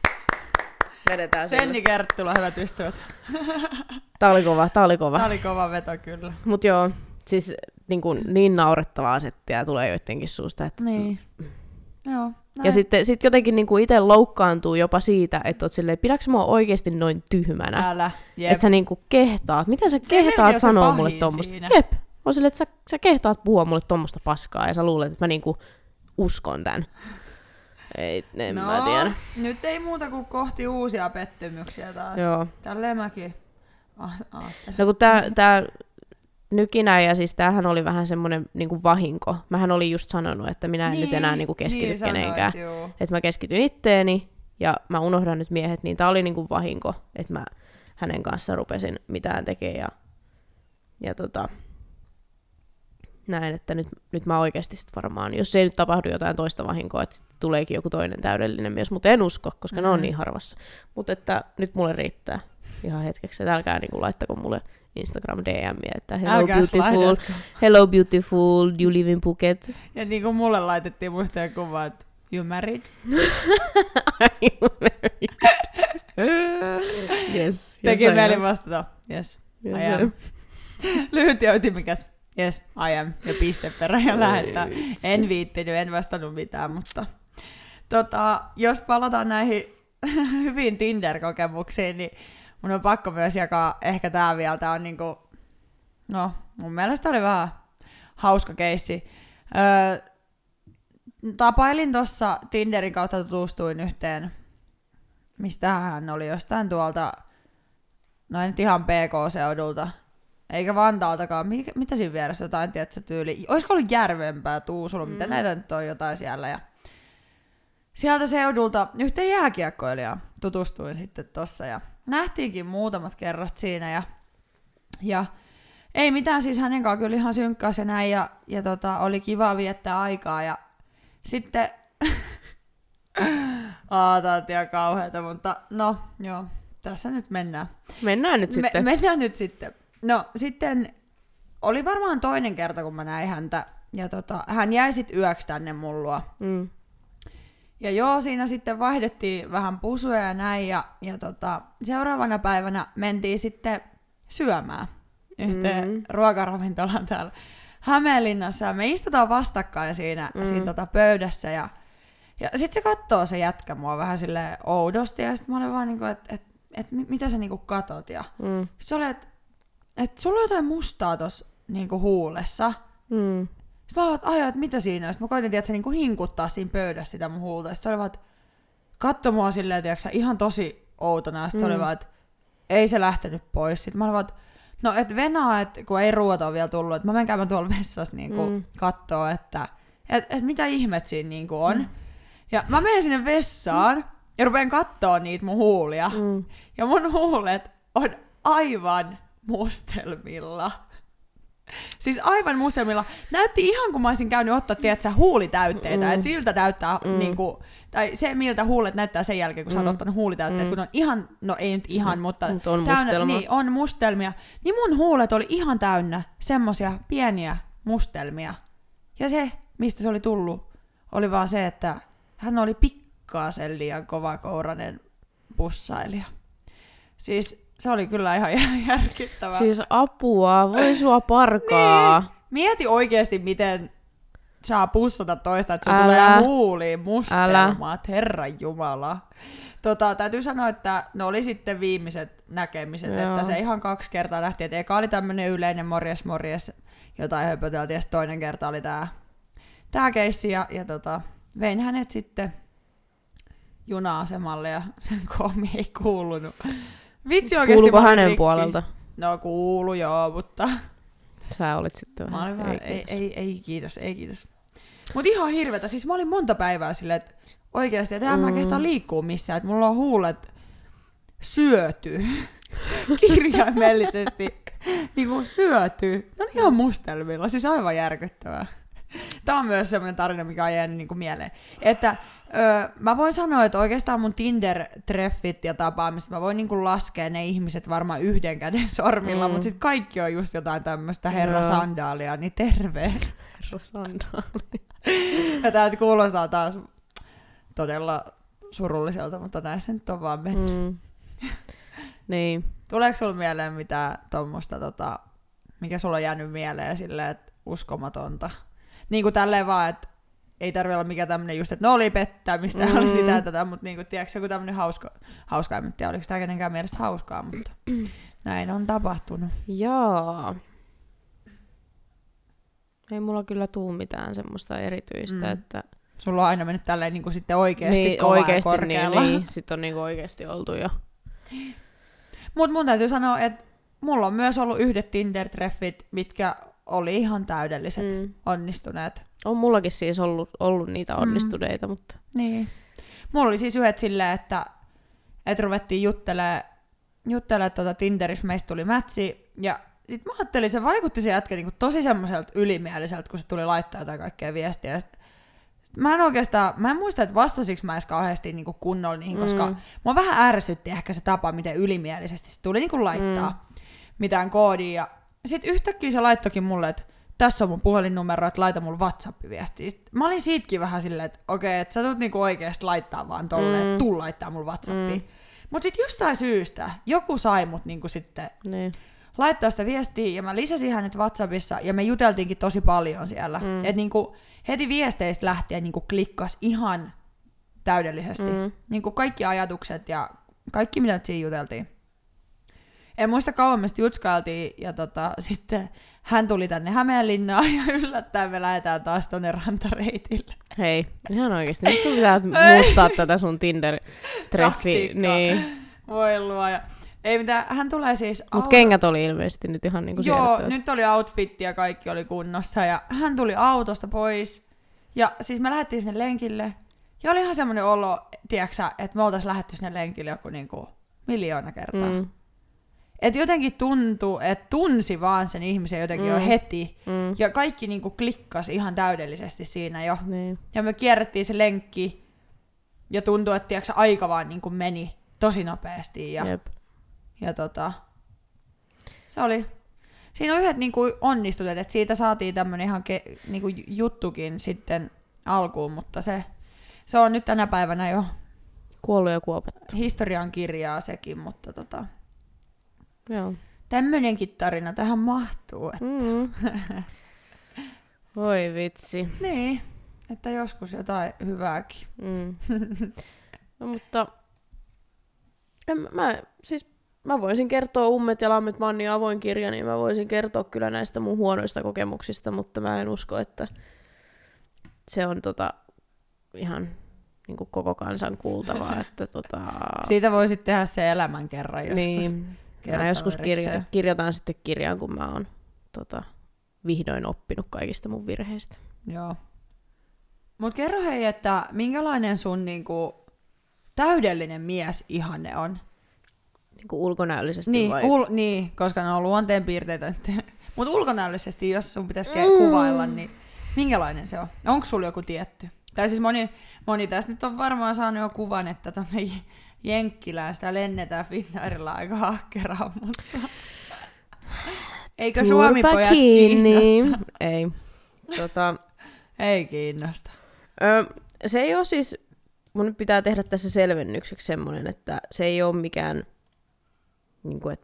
Vedetään Senni sille. Kerttula, hyvät ystävät. Tää oli kova, tää oli kova. Tää oli kova veto kyllä. Mut joo, siis niin, kuin, niin naurettavaa settiä tulee joidenkin suusta. Että... Niin. Joo. Ja näin. sitten sit jotenkin niin kuin itse loukkaantuu jopa siitä, että oot silleen, pidätkö mua oikeesti noin tyhmänä? Älä. Jep. Että sä niinku kehtaat. Miten sä Se melkein kehtaat on se sanoa pahin mulle tommosta? siinä. Jep. On silleen, että sä, sä kehtaat puhua mulle tommosta paskaa ja sä luulet, että mä niinku uskon tän. Ei, en no, mä tiedä. nyt ei muuta kuin kohti uusia pettymyksiä taas. Joo. Tälleen mäkin ah, ajattelin. No kun tää, tää nykinä, ja siis tämähän oli vähän semmonen niinku vahinko. Mähän olin just sanonut, että minä en niin, nyt enää niinku keskity niin kenenkään. sanoit, juu. Että mä keskityn itteeni ja mä unohdan nyt miehet, niin tää oli niinku vahinko, että mä hänen kanssa rupesin mitään tekemään ja, ja tota, näin, että nyt, nyt mä oikeasti sit varmaan, jos ei nyt tapahdu jotain toista vahinkoa, että tuleekin joku toinen täydellinen mies, mutta en usko, koska mm. ne on niin harvassa. Mutta että nyt mulle riittää ihan hetkeksi, että älkää niinku laittako mulle Instagram D M, että hello Älkää beautiful, slaidatko. hello beautiful, you live in Phuket. Ja niin kuin mulle laitettiin muista ja kuva, että you married? Are you married? Yes. Teki yes, mieli vastata. Yes, yes, I am. Lyhyt ja ytimikäs. Yes, I am. Ja piste perään ja lähettää. En viittinyt, en vastannut mitään, mutta tota, jos palataan näihin hyviin Tinder-kokemuksiin, niin mun on pakko myös jakaa ehkä tää vielä. Tää on niinku, no mun mielestä oli vähän hauska keissi. Öö, tapailin tossa Tinderin kautta, tutustuin yhteen, mistä hän oli jostain tuolta, no ei nyt ihan P K-seudulta, eikä Vantaaltakaan, Mikä, mitä siinä vieressä jotain, tiedätkö, tyyli, olisiko ollut Järvenpää, Tuusulu, mm. mitä näitä nyt on jotain siellä, ja sieltä seudulta yhteen jääkiekkoilijaan tutustuin sitten tossa, ja nähtiinkin muutamat kerrat siinä, ja, ja ei mitään, siis hänen kanssaan kyllä ihan synkkäs ja näin, ja, ja tota, oli kiva viettää aikaa, ja sitten, aataat ja kauheata, mutta no, joo, tässä nyt mennään. Mennään nyt sitten. Me, mennään nyt sitten. No, sitten oli varmaan toinen kerta, kun mä näin häntä, ja tota, hän jäi sitten yöksi tänne mullua. Mm. Ja joo, siinä sitten vaihdettiin vähän pusuja ja näin, ja, ja tota, seuraavana päivänä mentiin sitten syömään yhteen mm. ruokaravintolaan täällä Hämeenlinnassa, ja me istutaan vastakkain siinä, mm. siinä tota pöydässä, ja, ja sit se kattoo se jätkä mua vähän silleen oudosti, ja sit mä olin vaan niinku, että et, et, mitä sä niinku katot, ja mm. sit se oli, että et sulla on jotain mustaa tossa niinku huulessa. Mm. Sitten mä olin, että aijaa, että mitä siinä on? Sitten mä koitin, että se niinku hinkuttaa siinä pöydässä sitä mun huulta. Sitten se oli vaan, että katso mua silleen, tiiäksä, ihan tosi outona. Sitten mm. se oli vaan, että ei se lähtenyt pois. Sitten mä olin vaan, että no et venaa, että kun ei ruoata ole vielä tullut, että mä menen käymään tuolla vessassa niinku mm. kattoo, että et, et mitä ihmet siinä niinku on. Mm. Ja mä menen sinne vessaan ja rupean kattoo niitä mun huulia. Mm. Ja mun huulet on aivan mustelmilla. Siis aivan mustelmilla. Näytti ihan kun mä olisin käynyt ottaa, tiedätkö, huulitäytteitä. Mm. Että siltä näyttää, mm. niinku, tai se miltä huulet näyttää sen jälkeen, kun mm. sä oot ottanut huulitäytteet, mm. kun on ihan, no ei nyt ihan, mm. mutta Mut on, täynnä, mustelma. Niin, on mustelmia. Niin mun huulet oli ihan täynnä semmosia pieniä mustelmia. Ja se, mistä se oli tullut, oli vaan se, että hän oli pikkasen liian kovakourainen pussailija. Siis se oli kyllä ihan järkyttävää. Siis apua, voi sua parkaa. Niin. Mieti oikeesti, miten saa pussata toista, että sun tulee huuliin mustelmat, Herran Jumala. Tota, täytyy sanoa, että ne oli sitten viimeiset näkemiset, Joo. että se ihan kaksi kertaa nähtiin, että eka oli tämmönen yleinen morjes morjes, jotain höpöteltiin, ja toinen kerta oli tää, tää keissi, ja, ja tota, vein hänet sitten juna-asemalle, ja sen koomi ei kuulunut. Vitsi oikeesti. Kuuluuko hänen rikki. puolelta? No kuulu joo, mutta sä olit sitten vähän. Mä olin ei, ei, ei, ei kiitos, ei kiitos. Mut ihan hirvetä, siis mä olin monta päivää silleen, että oikeesti, että mm. mä kehtaan liikkuu missään, että mulla on huulet syöty kirjaimellisesti niinku syöty. No ihan mustelmilla, siis aivan järkyttävää. Tää on myös semmoinen tarina, mikä on jäänyt niinku mieleen. Että öö, mä voin sanoa, että oikeastaan mun Tinder-treffit ja tapaamiset, mä voin niinku laskea ne ihmiset varmaan yhden käden sormilla, mm. mutta sit kaikki on just jotain tämmöstä herra sandaalia, niin terve. Herra sandaalia. Ja tää kuulostaa taas todella surulliselta, mutta näissä nyt on vaan mennyt. Mm. Niin. Tuleeko sulla mieleen mitään tommoista, tota, mikä sulla on jäänyt mieleen silleen, että uskomatonta? Niin kuin tälleen vaan, että ei tarvitse olla mikään tämmönen just, että no oli pettämistä, mm. oli sitä tätä, mutta niinku, tiedätkö, joku tämmönen hauska, hauskaa, en tiedä, oliko tämä kenenkään mielestä hauskaa, mutta näin on tapahtunut. Jaa. Ei mulla kyllä tuu mitään semmoista erityistä, mm. että sulla on aina mennyt tälleen niin kuin sitten oikeasti niin, kovaa oikeasti, ja korkealla. Niin, niin. Sitten on niin kuin oikeasti oltu jo. Mut mun täytyy sanoa, että mulla on myös ollut yhdet Tinder-treffit, mitkä oli ihan täydelliset, mm. onnistuneet. On mullakin siis ollut, ollut niitä onnistuneita, mm. mutta niin. Mulla oli siis yhdet silleen, että, että ruvettiin juttelemaan, juttelemaan tuota Tinderissä, meistä tuli mätsi, ja sit mä ajattelin, se vaikutti se jätkä niin tosi semmoiselta ylimieliseltä, kun se tuli laittaa jotain kaikkea viestiä. Ja sit, mä en oikeastaan, mä en muista, että vastasiko mä edes kauheasti niin kunnolla niihin, koska mm. mua vähän ärsytti ehkä se tapa, miten ylimielisesti se tuli niin laittaa. Mm. mitään koodia. Ja sitten yhtäkkiä se laittokin mulle, että tässä on mun puhelinnumero, että laita mulle WhatsApp-viestiä. Mä olin siitäkin vähän silleen, että okei, okay, että sä tulet niinku oikeesti laittaa vaan tolleen, mm. että tuu laittaa mulle WhatsAppia. Mm. Mut sit jostain syystä joku sai mut niinku sitten niin. laittaa sitä viestiä, ja mä lisäsin hänet WhatsAppissa, ja me juteltiinkin tosi paljon siellä. Mm. Että niinku heti viesteistä lähtien niinku klikkas ihan täydellisesti. Mm. Niinku kaikki ajatukset ja kaikki, mitä siinä juteltiin. En muista kauan me sitten jutskailtiin, ja tota, sitten hän tuli tänne Hämeenlinnaan, ja yllättäen me lähdetään taas tonne rantareitille. Hei, ihan oikeesti. Nyt sun pitää muuttaa tätä sun Tinder-treffi. Niin. Voi luoja. Ei mitään, hän tulee siis... Mut auto... kengät oli ilmeisesti nyt ihan niinku Joo, nyt oli outfitti ja kaikki oli kunnossa, ja hän tuli autosta pois. Ja siis me lähdettiin sinne lenkille, ja oli ihan semmoinen olo, tiiäksä, että me oltais lähdetty sinne lenkille joku niinku miljoona kertaa. Mm. Et jotenkin tuntui, että tunsi vaan sen ihmisen jotenkin mm. jo heti. Mm. Ja kaikki niinku klikkasi ihan täydellisesti siinä jo. Niin. Ja me kierrettiin se lenkki. Ja tuntui, että tiiäksä, aika vaan niinku meni tosi nopeasti. Ja, ja tota, se oli... Siinä on yhdet niinku onnistuneet, että siitä saatiin tämmönen ihan ke, niinku juttukin sitten alkuun. Mutta se, se on nyt tänä päivänä jo... Kuollut ja kuopattu. Historian kirjaa sekin, mutta tota... Joo. Tämmönenkin tarina tähän mahtuu. Että. Mm. Voi vitsi. Niin, että joskus jotain hyvääkin. Mm. No mutta en, mä, siis, mä voisin kertoa Ummet ja lammet, mä oon niin avoin kirja, niin mä voisin kertoa kyllä näistä mun huonoista kokemuksista, mutta mä en usko, että se on tota, ihan niin kuin koko kansan kuultavaa. Että, tota... Siitä voisit tehdä se elämän kerran joskus. Niin. Mä joskus kirjo- kirjoitan sitten kirjaan, kun mä oon tota, vihdoin oppinut kaikista mun virheistä. Joo. Mut kerro hei, että minkälainen sun niinku, täydellinen mies ihanne on? Niinku ulkonäöllisesti niin, vai? Ul- niin, koska ne on luonteenpiirteitä. Mut ulkonäöllisesti, jos sun pitäisi mm. kuvailla, niin minkälainen se on? Onko sulla joku tietty? Tai siis moni, moni tässä nyt on varmaan saanut jo kuvan, että tonne Jenkkilään sitä lennetään Finnairilla aika ahkeraan, mutta eikö Suomi-pojat kiinnosta? Ei. Tota... ei kiinnosta. Ö, se ei ole siis, mun pitää tehdä tässä selvennykseksi semmoinen, että se ei ole mikään niin kuin, et,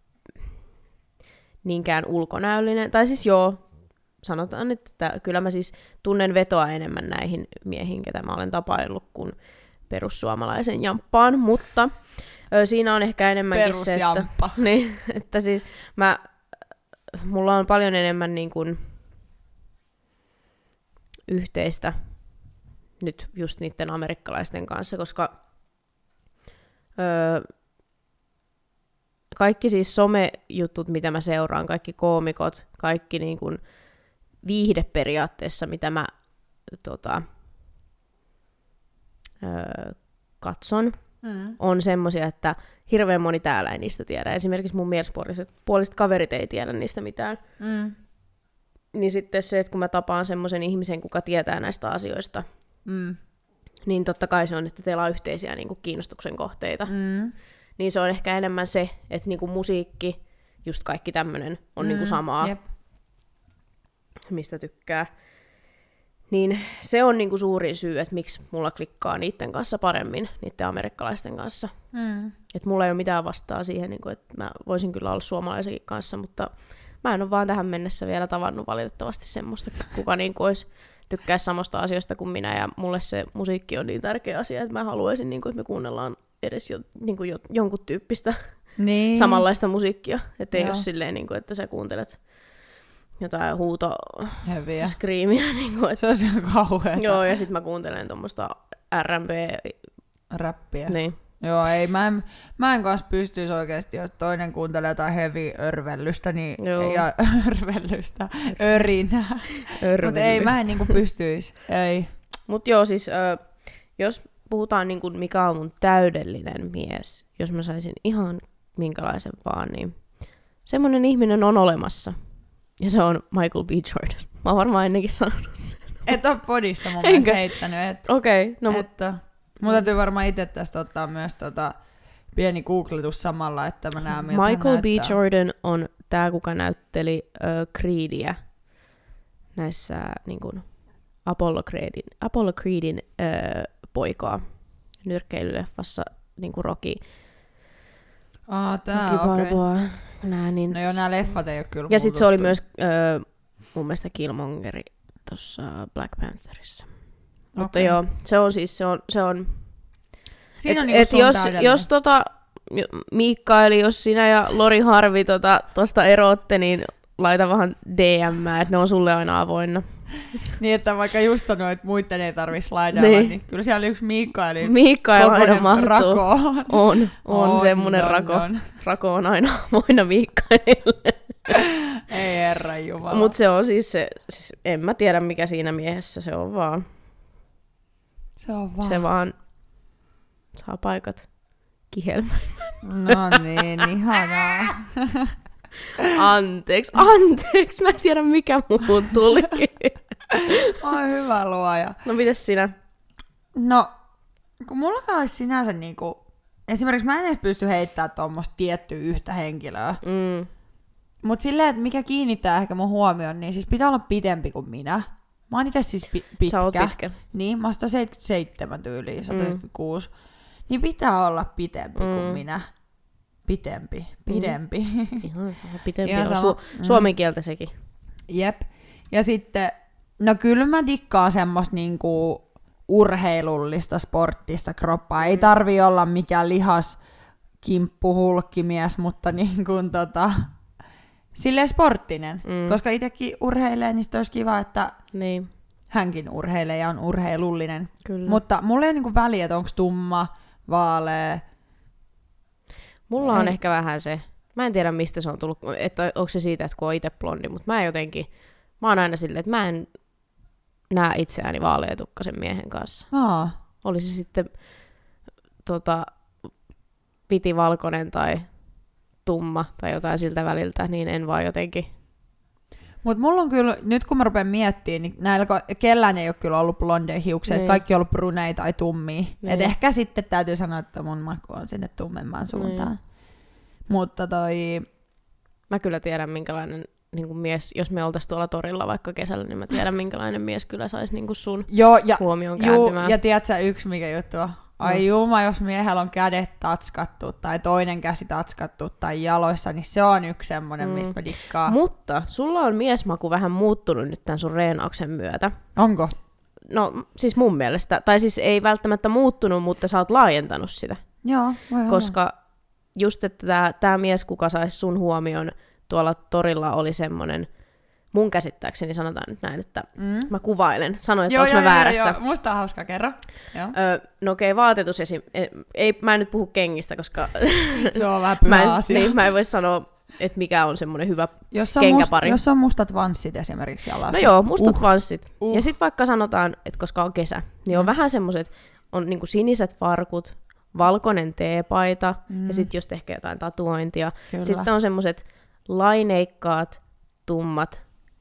niinkään ulkonäöllinen, tai siis joo, sanotaan, että kyllä mä siis tunnen vetoa enemmän näihin miehiin, ketä mä olen tapaillut, kuin perussuomalaisen jamppaan, mutta ö, siinä on ehkä enemmänkin se, että, niin, että siis mä, mulla on paljon enemmän niin kuin yhteistä nyt just niiden amerikkalaisten kanssa, koska ö, kaikki siis somejutut, mitä mä seuraan, kaikki koomikot, kaikki niin kuin viihde periaatteessa, mitä mä tota, Öö, katson, mm. on semmosia, että hirveän moni täällä ei niistä tiedä. Esimerkiksi mun miespuoliset puoliset kaverit ei tiedä niistä mitään. Mm. Niin sitten se, että kun mä tapaan semmoisen ihmisen, kuka tietää näistä asioista, mm. niin totta kai se on, että teillä on yhteisiä niin kuin kiinnostuksen kohteita. Mm. Niin se on ehkä enemmän se, että niin kuin musiikki, just kaikki tämmönen on mm. niin kuin samaa, yep. mistä tykkää. Niin se on niinku suurin syy, että miksi mulla klikkaa niiden kanssa paremmin, niiden amerikkalaisten kanssa. Mm. Että mulla ei ole mitään vastaa siihen, niinku, että mä voisin kyllä olla suomalaisenkin kanssa, mutta mä en ole vaan tähän mennessä vielä tavannut valitettavasti semmoista, kuka niinku olisi tykkää samasta asioista kuin minä. Ja mulle se musiikki on niin tärkeä asia, että mä haluaisin, niinku, että me kuunnellaan edes jo, niinku, jo, jonkun tyyppistä niin. samanlaista musiikkia. Että ei ole silleen, niinku, että sä kuuntelet jotain huuto skriimiä. Niin kuin, se on ihan kauheeta. Joo, ja sit mä kuuntelen tuommoista R and B-räppiä. Niin. Joo, ei, mä en, mä en kanssa pystyisi oikeesti, jos toinen kuuntelee jotain heavy-örvellystä, niin, ja örvellystä, örinää. Mutta ei, mä en niinku pystyisi, ei. Mut joo, siis ö, jos puhutaan niinku, mikä on mun täydellinen mies, jos mä saisin ihan minkälaisen vaan, niin semmonen ihminen on olemassa. Ja se on Michael B. Jordan. Mä oon varmaan ennenkin sanonut sen. Et oo podissa mun mielestä heittänyt. Okei, okay, no mutta... Mun täytyy varmaan itse tästä ottaa myös tota, pieni googletus samalla, että mä näen, miltä Michael B. näyttää. Jordan on tää, kuka näytteli uh, Creedia näissä niin kuin Apollo Creedin, Apollo Creedin uh, poikaa nyrkkeilyleffassa niin kuin Rocky. Aa, tää Rocky okei. Balboa. Nää, niin... No joo, nää leffat ei oo kyllä Ja sit se oli tuttu. myös uh, mun mielestä Killmongeri tossa Black Pantherissa. Okay. Mutta joo, se on siis, se on, se on Siinä et, on niinku et sun jos, täydellinen. jos tota, Miikka, eli jos sinä ja Lori Harvi tota, tosta eroatte, niin laita vähän D M, että ne on sulle aina avoinna. Niin, että vaikka just sanoit, että muiden ei tarvitsisi laidella, Niin. niin kyllä siellä oli yksi Mikaelin Mikael aina mahtuu. rako. On, on, on semmonen on, rako. on. Rako on aina avoinna Mikaelille. Ei herranjumala. Mut se on siis se, siis en mä tiedä mikä siinä miehessä, se on vaan, Se on vaan. se vaan saa paikat kihelmään. No niin, ihanaa. Anteeksi, anteeksi, mä en tiedä mikä muun tuli. Oi hyvä luoja. No mites sinä? No, kun mulla olisi sinänsä niinku, esimerkiksi mä en edes pysty heittämään tuommoista tiettyä yhtä henkilöä. Mm. Mut silleen, että mikä kiinnittää ehkä mun huomioon, niin siis pitää olla pitempi kuin minä. Mä oon itse siis pi- pitkä. Sä oot pitkä. Niin, mä oon sata seitsemänkymmentäseitsemän tyyliin, sata seitsemänkymmentäkuusi. Mm. Niin pitää olla pitempi mm. kuin minä. Pitempi, pidempi. Mm. Ihan sama, pitempi Ihan on sama. Su- suomen kieltä sekin. Jep. Ja sitten, no kyllä mä dikkaan semmoista niinku urheilullista, sporttista kroppaa. Mm. Ei tarvii olla mikään lihas kimppuhulkkimies, mutta niin kuin tota, silleen sporttinen. Mm. Koska itsekin urheilee, niin sitten olisi kiva, että Niin, hänkin urheilee ja on urheilullinen. kyllä. Mutta mulla ei ole niinku väliä, että onko tumma, vaalea. Mulla on Ei. ehkä vähän se, mä en tiedä mistä se on tullut, että onko se siitä, että kun on itse blondi, mutta mä jotenkin, mä oon aina silleen, että mä en näe itseäni vaaleatukkaisen miehen kanssa. Aa. Oli se sitten tota, pitivalkoinen tai tumma tai jotain siltä väliltä, niin en vaan jotenkin. Mutta mulla on kyllä, nyt kun mä rupean miettimään, niin näillä ko- kellään ei ole kyllä ollut blondeja hiuksia, Niin. kaikki on ollut bruneita tai tummia. Niin. Et ehkä sitten täytyy sanoa, että mun maku on sinne tummemman suuntaan. Niin. Mutta toi, Mä kyllä tiedän, minkälainen niin kuin mies, jos me oltaisiin tuolla torilla vaikka kesällä, niin mä tiedän, minkälainen mies kyllä saisi niin kuin sun joo, ja, huomioon juu, kääntymään. ja tiedätkö yksi mikä juttu on? Ai No. juma, jos miehellä on kädet tatskattu tai toinen käsi tatskattu tai jaloissa, niin se on yksi semmoinen, Mm. mistä mä dikkaan. Mutta sulla on miesmaku vähän muuttunut nyt tämän sun reenauksen myötä. Onko? No siis mun mielestä, tai siis ei välttämättä muuttunut, mutta sä oot laajentanut sitä. Joo, voi olla. Koska just, että tää, tää mies, kuka saisi sun huomion tuolla torilla, oli semmonen, mun käsittääkseni sanotaan nyt näin, että Mm. mä kuvailen. Sanoin, että Joo, onko joo, mä joo, väärässä. joo, musta on hauska, kerro. Joo. Öö, no okei, okay, vaatetus esim... Ei, mä en nyt puhu kengistä, koska Se on vähän pyhä mä, en, asia. niin, mä en voi sanoa, että mikä on semmoinen hyvä Jos on, kenkäpari. must, jos on mustat vanssit esimerkiksi jalassa. No joo, mustat Uh. vanssit. Uh. Ja sitten vaikka sanotaan, että koska on kesä, niin on Mm. vähän semmoiset, on niinku siniset farkut, valkoinen teepaita, Mm. ja sitten just ehkä jotain tatuointia. Kyllä. Sitten on semmoiset laineikkaat, tummat,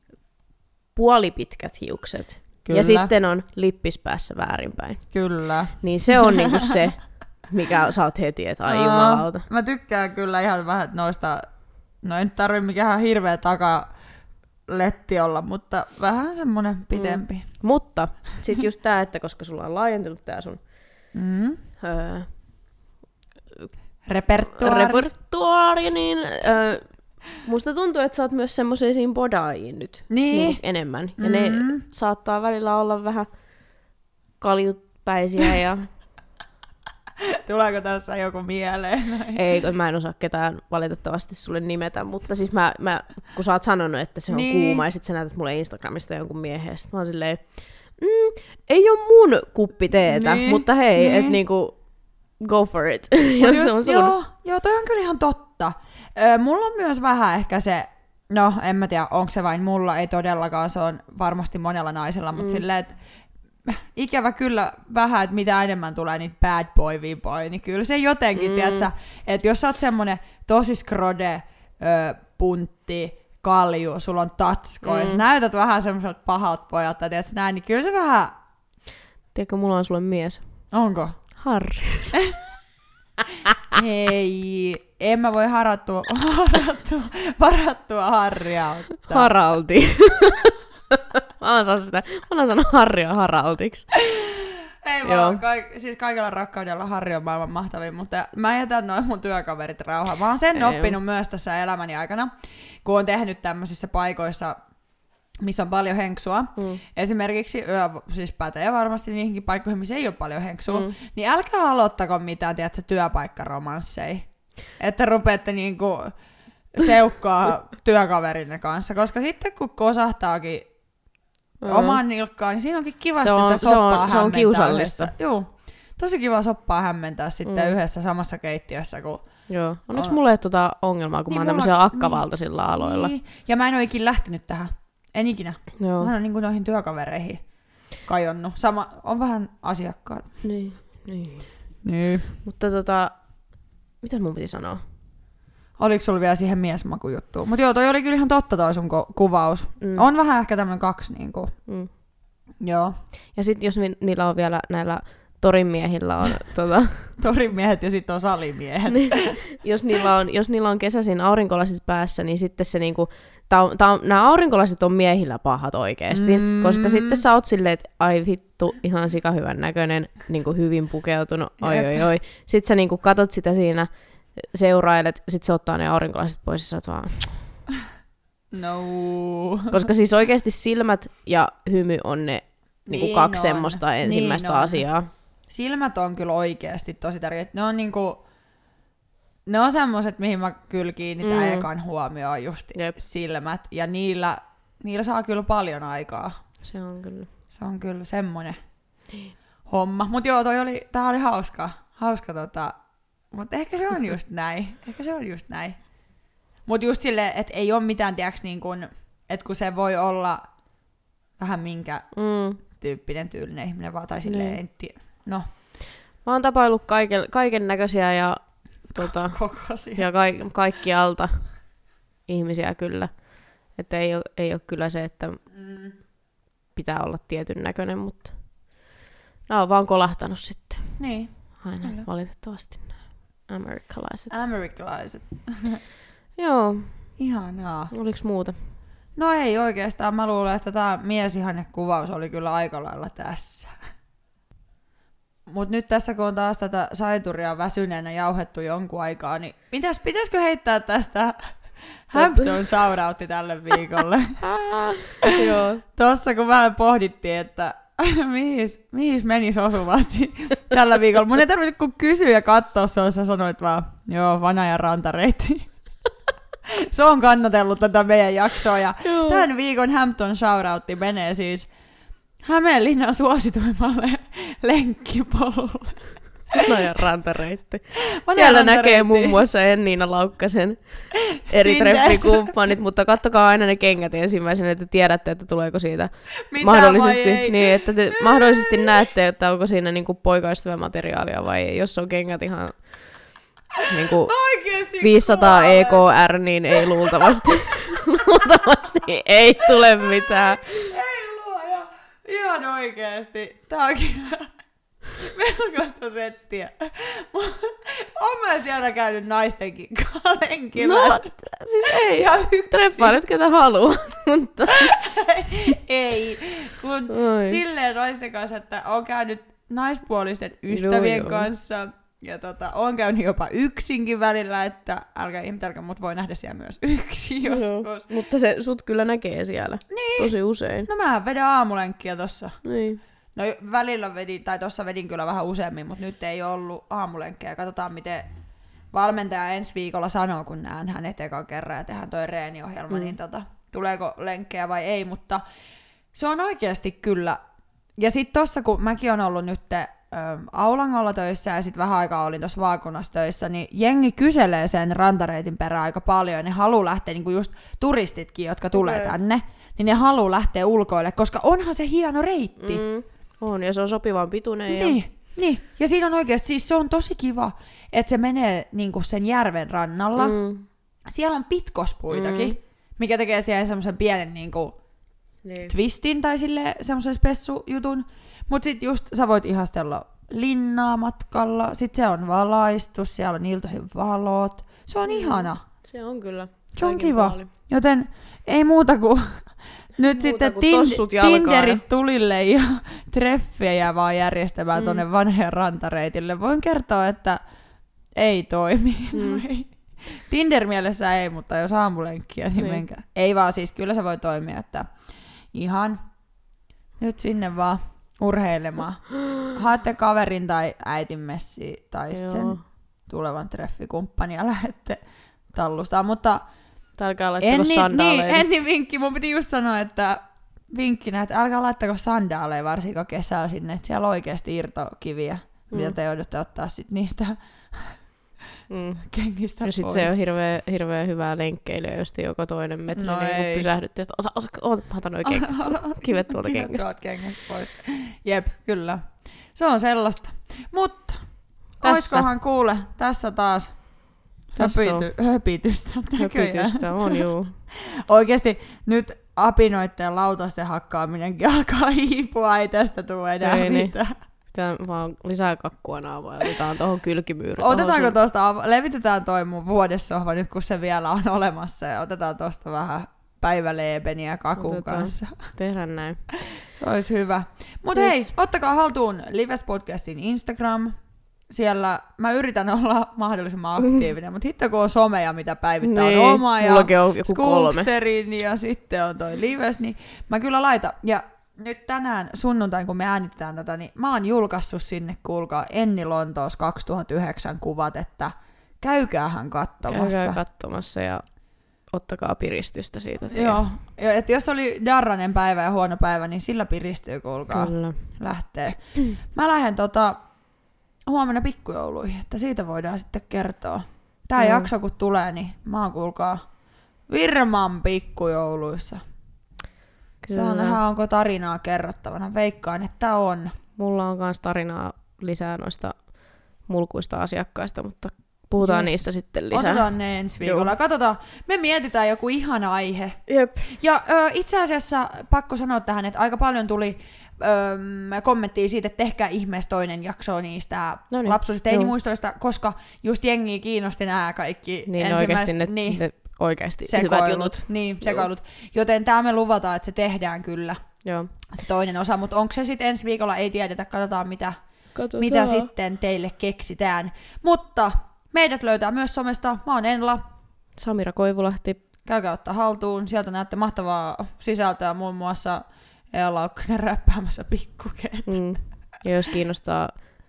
puolipitkät hiukset. Kyllä. Ja sitten on lippis päässä väärinpäin. Kyllä. Niin se on niinku se, mikä sä oot heti, että ai Aa, jumalauta. Mä tykkään kyllä ihan vähän noista, no ei nyt tarvi mikään hirveä takaletti olla, mutta vähän semmonen pitempi. Mm. Mutta sitten just tää, että koska sulla on laajentunut tää sun Mm. öö, Repertuaari. repertuaari, niin öö, musta tuntuu, että sä oot myös semmoisiin bodaajiin nyt Niin. niin enemmän. Ja ne Mm. saattaa välillä olla vähän kaljutpäisiä ja Tuleeko tässä joku mieleen? ei, kun mä en osaa ketään valitettavasti sulle nimetä, mutta siis mä, mä kun sä oot sanonut, että se on Niin. kuuma ja sit sä näytät mulle Instagramista jonkun miehen ja sit mä oon silleen, mm, ei oo mun kuppi teetä, Niin, mutta hei, niin. et niinku go for it, Mut jos ju- se on sun. joo, joo, toi on kyllä ihan totta. Ö, mulla on myös vähän ehkä se, no en mä tiedä, onko se vain mulla, ei todellakaan, se on varmasti monella naisella, mutta Mm. mm. silleen, että ikävä kyllä vähän, että mitä enemmän tulee niitä bad boy viboy, niin kyllä se jotenkin, Mm. mm. tiedätkö, että jos sä oot semmonen tosi skrode, ö, puntti, kalju, sulla on tatsko, mm. ja sä Mm. näytät vähän semmoiselta pahalta pojalta, tiedätkö, näin, niin kyllä se vähän, Tiedätkö, mulla on sulle mies. onko? Harri. Ei, en mä voi harattua, harattua, varattua Harria ottaa. Haraldi. Mä alan sanoa sitä, mä alan sanoa Harria Haraldiksi. Ei vaan, kaik, siis kaikella rakkaudella Harri on maailman mahtavin, mutta mä jätän noin mun työkaverit rauhaan. Mä oon sen Ei oppinut ole. myös tässä elämäni aikana, kun oon tehnyt tämmöisissä paikoissa, missä on paljon henksua. Mm. Esimerkiksi yö, siis pätee varmasti niihinkin paikkoihin, missä ei ole paljon henksua. Mm. Niin älkää aloittako mitään, tiedätkö, työpaikkaromansseja. Että rupeatte niinku seukkaa työkaverinne kanssa. Koska sitten kun kosahtaakin mm. omaan nilkkaan, niin siinä onkin kivasti se on, sitä soppaa se on, hämmentää. Se on kiusallista. Joo, tosi kiva soppaa hämmentää sitten mm. yhdessä samassa keittiössä, kun Joo, onneksi on... mulla ei ole tota ongelmaa, kun niin mä oon tämmöisillä mulla... akkavaltaisilla niin. aloilla. Niin. Ja mä en ole ikinä lähtenyt tähän. En ikinä. Joo. Mä oon niin kuin noihin työkavereihin kajonnut. Sama, on vähän asiakkaat. Niin, niin. niin. Mutta tota, mitä mun piti sanoa? Oliko sulla vielä siihen miesmakujuttuun? Mutta joo, toi oli kyllä ihan totta toi sun ko- kuvaus. Mm. On vähän ehkä tämmönen kaksi niinku. Mm. Joo. Ja sit jos ni- niillä on vielä näillä torin miehillä on tota... torin miehet ja sitten on salimiehet. niin, jos, niillä on, jos niillä on kesäisin aurinkolasit päässä, niin sitten se niinku... Tää on, tää on, nämä aurinkolasit on miehillä pahat oikeesti, mm. koska sitten sä oot silleen, että ai vittu, ihan sikahyvän näköinen, niinku hyvin pukeutunut, oi oi oi. Sitten sä niinku katot sitä siinä, seurailet, sit se ottaa ne aurinkolasit pois ja sä oot vaan... No. Koska siis oikeesti silmät ja hymy on ne niinku niin kaksi on. semmoista ensimmäistä niin asiaa. Silmät on kyllä oikeesti tosi tärkeitä. Ne on niinku... Ne on semmoset, mihin mä kyllä kiinnitän mm. ekan huomioon just Jep. silmät. Ja niillä, niillä saa kyllä paljon aikaa. Se on kyllä. Se on kyllä semmonen homma. Mut joo, toi oli, tää oli hauska. Hauska tota... Mut ehkä se on just näin. Ehkä se on just näin. Mut just silleen, että ei oo mitään, tiiäks, niin kun... Että kun se voi olla vähän minkä mm. tyyppinen tyylinen ihminen vaan, tai silleen, en tiedä. No. Mä oon tapaillut kaiken, kaiken näköisiä ja... Tota, ja ka- kaikkialta ihmisiä kyllä. Että ei ole, ei ole kyllä se, että mm. pitää olla tietyn näköinen, mutta nämä on vaan kolahtanut sitten. Niin. Aina kyllä. Valitettavasti nämä amerikkalaiset. Amerikkalaiset. Joo. Ihanaa. Oliks muuta? No ei oikeastaan. Mä luulen, että tämä miesihannekuvaus oli kyllä aika lailla tässä. Mut nyt tässä kun on taas tätä saituria väsyneenä jauhettu jonkun aikaa, niin pitäis, pitäisikö heittää tästä Hampton shoutoutti tälle viikolle? Joo. Tossa kun vähän pohdittiin, että mihin, mihin menisi osuvasti tällä viikolla. Mun ei tarvitse kun kysyä ja katsoa se, sä sanoit vaan, joo, Vanajan rantareitti. Se on kannatellut tätä meidän jaksoa ja joo. Tämän viikon Hampton shoutoutti menee siis Hämeenlinnan suosituimmalle lenkkipolulle. Vanajan rantareitti. Siellä rantareitti. Näkee muun muassa Enniina Laukkasen eri treffikumppanit, mutta kattokaa aina ne kengät ensimmäisenä, että tiedätte, että tuleeko siitä mitä mahdollisesti, niin, että te mahdollisesti näette, että onko siinä niinku poikaystävämateriaalia vai ei. Jos on kengät ihan niinku viisisataa E K R, niin ei luultavasti, luultavasti ei tule mitään. Ihan oikeesti. Tää on kyllä melkoista settiä. Oon mä siellä käynyt naistenkin lenkillä. No, siis ei. Treffailet ketä haluaa. Mutta... ei. Kun Oi. silleen naisten kanssa, että oon käynyt naispuolisten ystävien joo, kanssa. Joo. Ja tota, oon käynyt jopa yksinkin välillä, että älkää ihmetelkää, mut voi nähdä siellä myös yksin joskus. No, mutta se sut kyllä näkee siellä. Niin. Tosi usein. No mähän vedän aamulenkkiä tossa. Niin. No välillä vedin, tai tossa vedin kyllä vähän useammin, mutta nyt ei ollut aamulenkkejä. Katsotaan miten valmentaja ensi viikolla sanoo, kun näen hänet ekan kerran ja tehdään toi reeniohjelma, mm. niin tota, tuleeko lenkkejä vai ei, mutta se on oikeasti kyllä. Ja sit tossa, kun mäkin on ollut nyt Aulangolla töissä ja sitten vähän aikaa olin tuossa Vaakunassa töissä, niin jengi kyselee sen rantareitin perään aika paljon ja ne haluaa lähteä, niin kuin just turistitkin, jotka tulee okay. tänne, niin ne haluaa lähteä ulkoille, koska onhan se hieno reitti. Mm, on, ja se on sopivan pituinen. Niin, ja... niin. Ja siinä on oikeasti, siis se on tosi kiva, että se menee niin kuin sen järven rannalla. Mm. Siellä on pitkospuitakin, mm. mikä tekee siihen semmoisen pienen niin kuin niin. twistin tai semmoisen spessujutun. Mut sit just sä voit ihastella linnaa matkalla. Sitten se on valaistus, siellä on iltaisin valot. Se on mm. ihana. Se on kyllä. Se on kiva. Puoli. Joten ei muuta kuin nyt muuta sitten kuin tind- Tinderit ja... tulille ja treffejä vaan järjestämään mm. tuonne vanheen rantareitille. Voin kertoa, että ei toimi. Mm. Tinder mielessä ei, mutta jos aamulenkkiä, niin, niin menkää. Ei vaan siis, kyllä se voi toimia, että ihan nyt sinne vaan urheilemaan. Haette kaverin tai äitin messi tai sitten sen tulevan treffikumppani ja lähette tallustaan, mutta älkää laittako sandaaleja. Niin, Enni vinkki, mun piti just sanoa, että vinkkinä, että älkää laittako sandaaleja varsinkaan kesällä sinne, että siellä on oikeasti irtokiviä, mm. mitä te joudutte ottaa sit niistä mm. kengistä ja pois. Ja sit se on hirveä, hirveä hyvää lenkkeilyä, jos te joka toinen metri no niin pysähdytte, että osa, osa, oot, mä otan oikein kivet tuolta kengästä. kengästä pois. Jep, kyllä. Se on sellaista. Mutta, oiskohan kuule, tässä taas Höpity, höpitystä. Höpitystä on, juu. Oikeesti nyt apinoitten lautasten hakkaaminenkin alkaa hiipua, ei tästä tule enää ei, mitään. Niin. Pitää vaan lisää kakkua naamaa ja otetaan tuohon kylkimyyryyn. Otetaanko tuosta, levitetään toi mun vuodessohva nyt kun se vielä on olemassa ja otetaan tuosta vähän päiväleepeniä kakun otetaan. Kanssa. Tehdään näin. Se olisi hyvä. Mut yes. Hei, ottakaa haltuun Lives Podcastin Instagram. Siellä mä yritän olla mahdollisimman aktiivinen, mutta hitto kun on someja, mitä päivittää niin, on oma ja Skooksterin ja sitten on toi Lives, niin mä kyllä laitan. Ja nyt tänään sunnuntain, kun me äänitetään tätä, niin mä oon julkaissut sinne, kuulkaa, Enni Lontoos kaksituhattayhdeksän kuvat, että käykäähän katsomassa. Käykää katsomassa ja ottakaa piristystä siitä. Joo, ja että jos oli darranen päivä ja huono päivä, niin sillä piristyy, kuulkaa, kyllä. Lähtee. Mä lähden tota... huomenna pikkujouluihin, että siitä voidaan sitten kertoa. Tää mm. jakso kun tulee, niin mä oon kuulkaa Virman pikkujouluissa. Kyllä. Saa nähdä, onko tarinaa kerrottavana. Veikkaan, että on. Mulla on kans tarinaa lisää noista mulkuista asiakkaista, mutta puhutaan yes. niistä sitten lisää. Otetaan ne ensi viikolla. Joo. Katsotaan, me mietitään joku ihana aihe. Jep. Ja ö, itse asiassa pakko sanoa tähän, että aika paljon tuli Öö, kommenttia siitä, että tehkää ihmeessä toinen jakso niistä Noniin, lapsuisista teinimuistoista, koska just jengiä kiinnosti nämä kaikki niin oikeasti ne, niin, ne oikeasti sekoilut, hyvät jutut. Niin, sekoilut. Joten tämä me luvataan, että se tehdään kyllä. Joo. Se toinen osa, mutta onko se sitten ensi viikolla, ei tiedetä, katsotaan mitä, mitä sitten teille keksitään. Mutta meidät löytää myös somesta. Mä oon Enla. Samira Koivulahti. Käykää ottaa haltuun. Sieltä näette mahtavaa sisältöä, muun muassa Ea Laukkanen räppäämässä pikkukeet. Mm. Ja jos kiinnostaa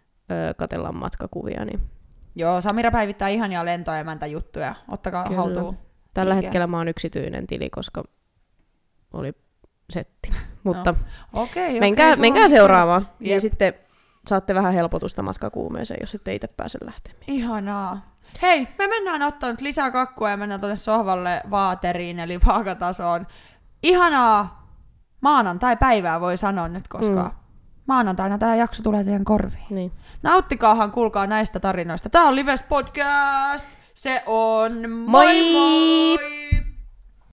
ö, katsella matkakuvia, niin... Joo, Samira päivittää ihania lentoemäntä juttuja. Ottakaa kyllä. haltuun. Tällä Liike. hetkellä mä oon yksityinen tili, koska oli setti. Mutta no. okay, menkää, okay, menkää seuraamaan. Yep. Ja sitten saatte vähän helpotusta matkakuumeeseen, jos ette itse pääse lähtemään. Ihanaa. Hei, me mennään ottaa nyt lisää kakkua ja mennään tuonne sohvalle vaateriin, eli vaakatasoon. Ihanaa maanantai-päivää voi sanoa nyt, koska mm. maanantaina tämä jakso tulee teidän korviin. Niin. Nauttikaahan, kuulkaa näistä tarinoista. Tää on Lives Podcast. Se on moi moi! moi!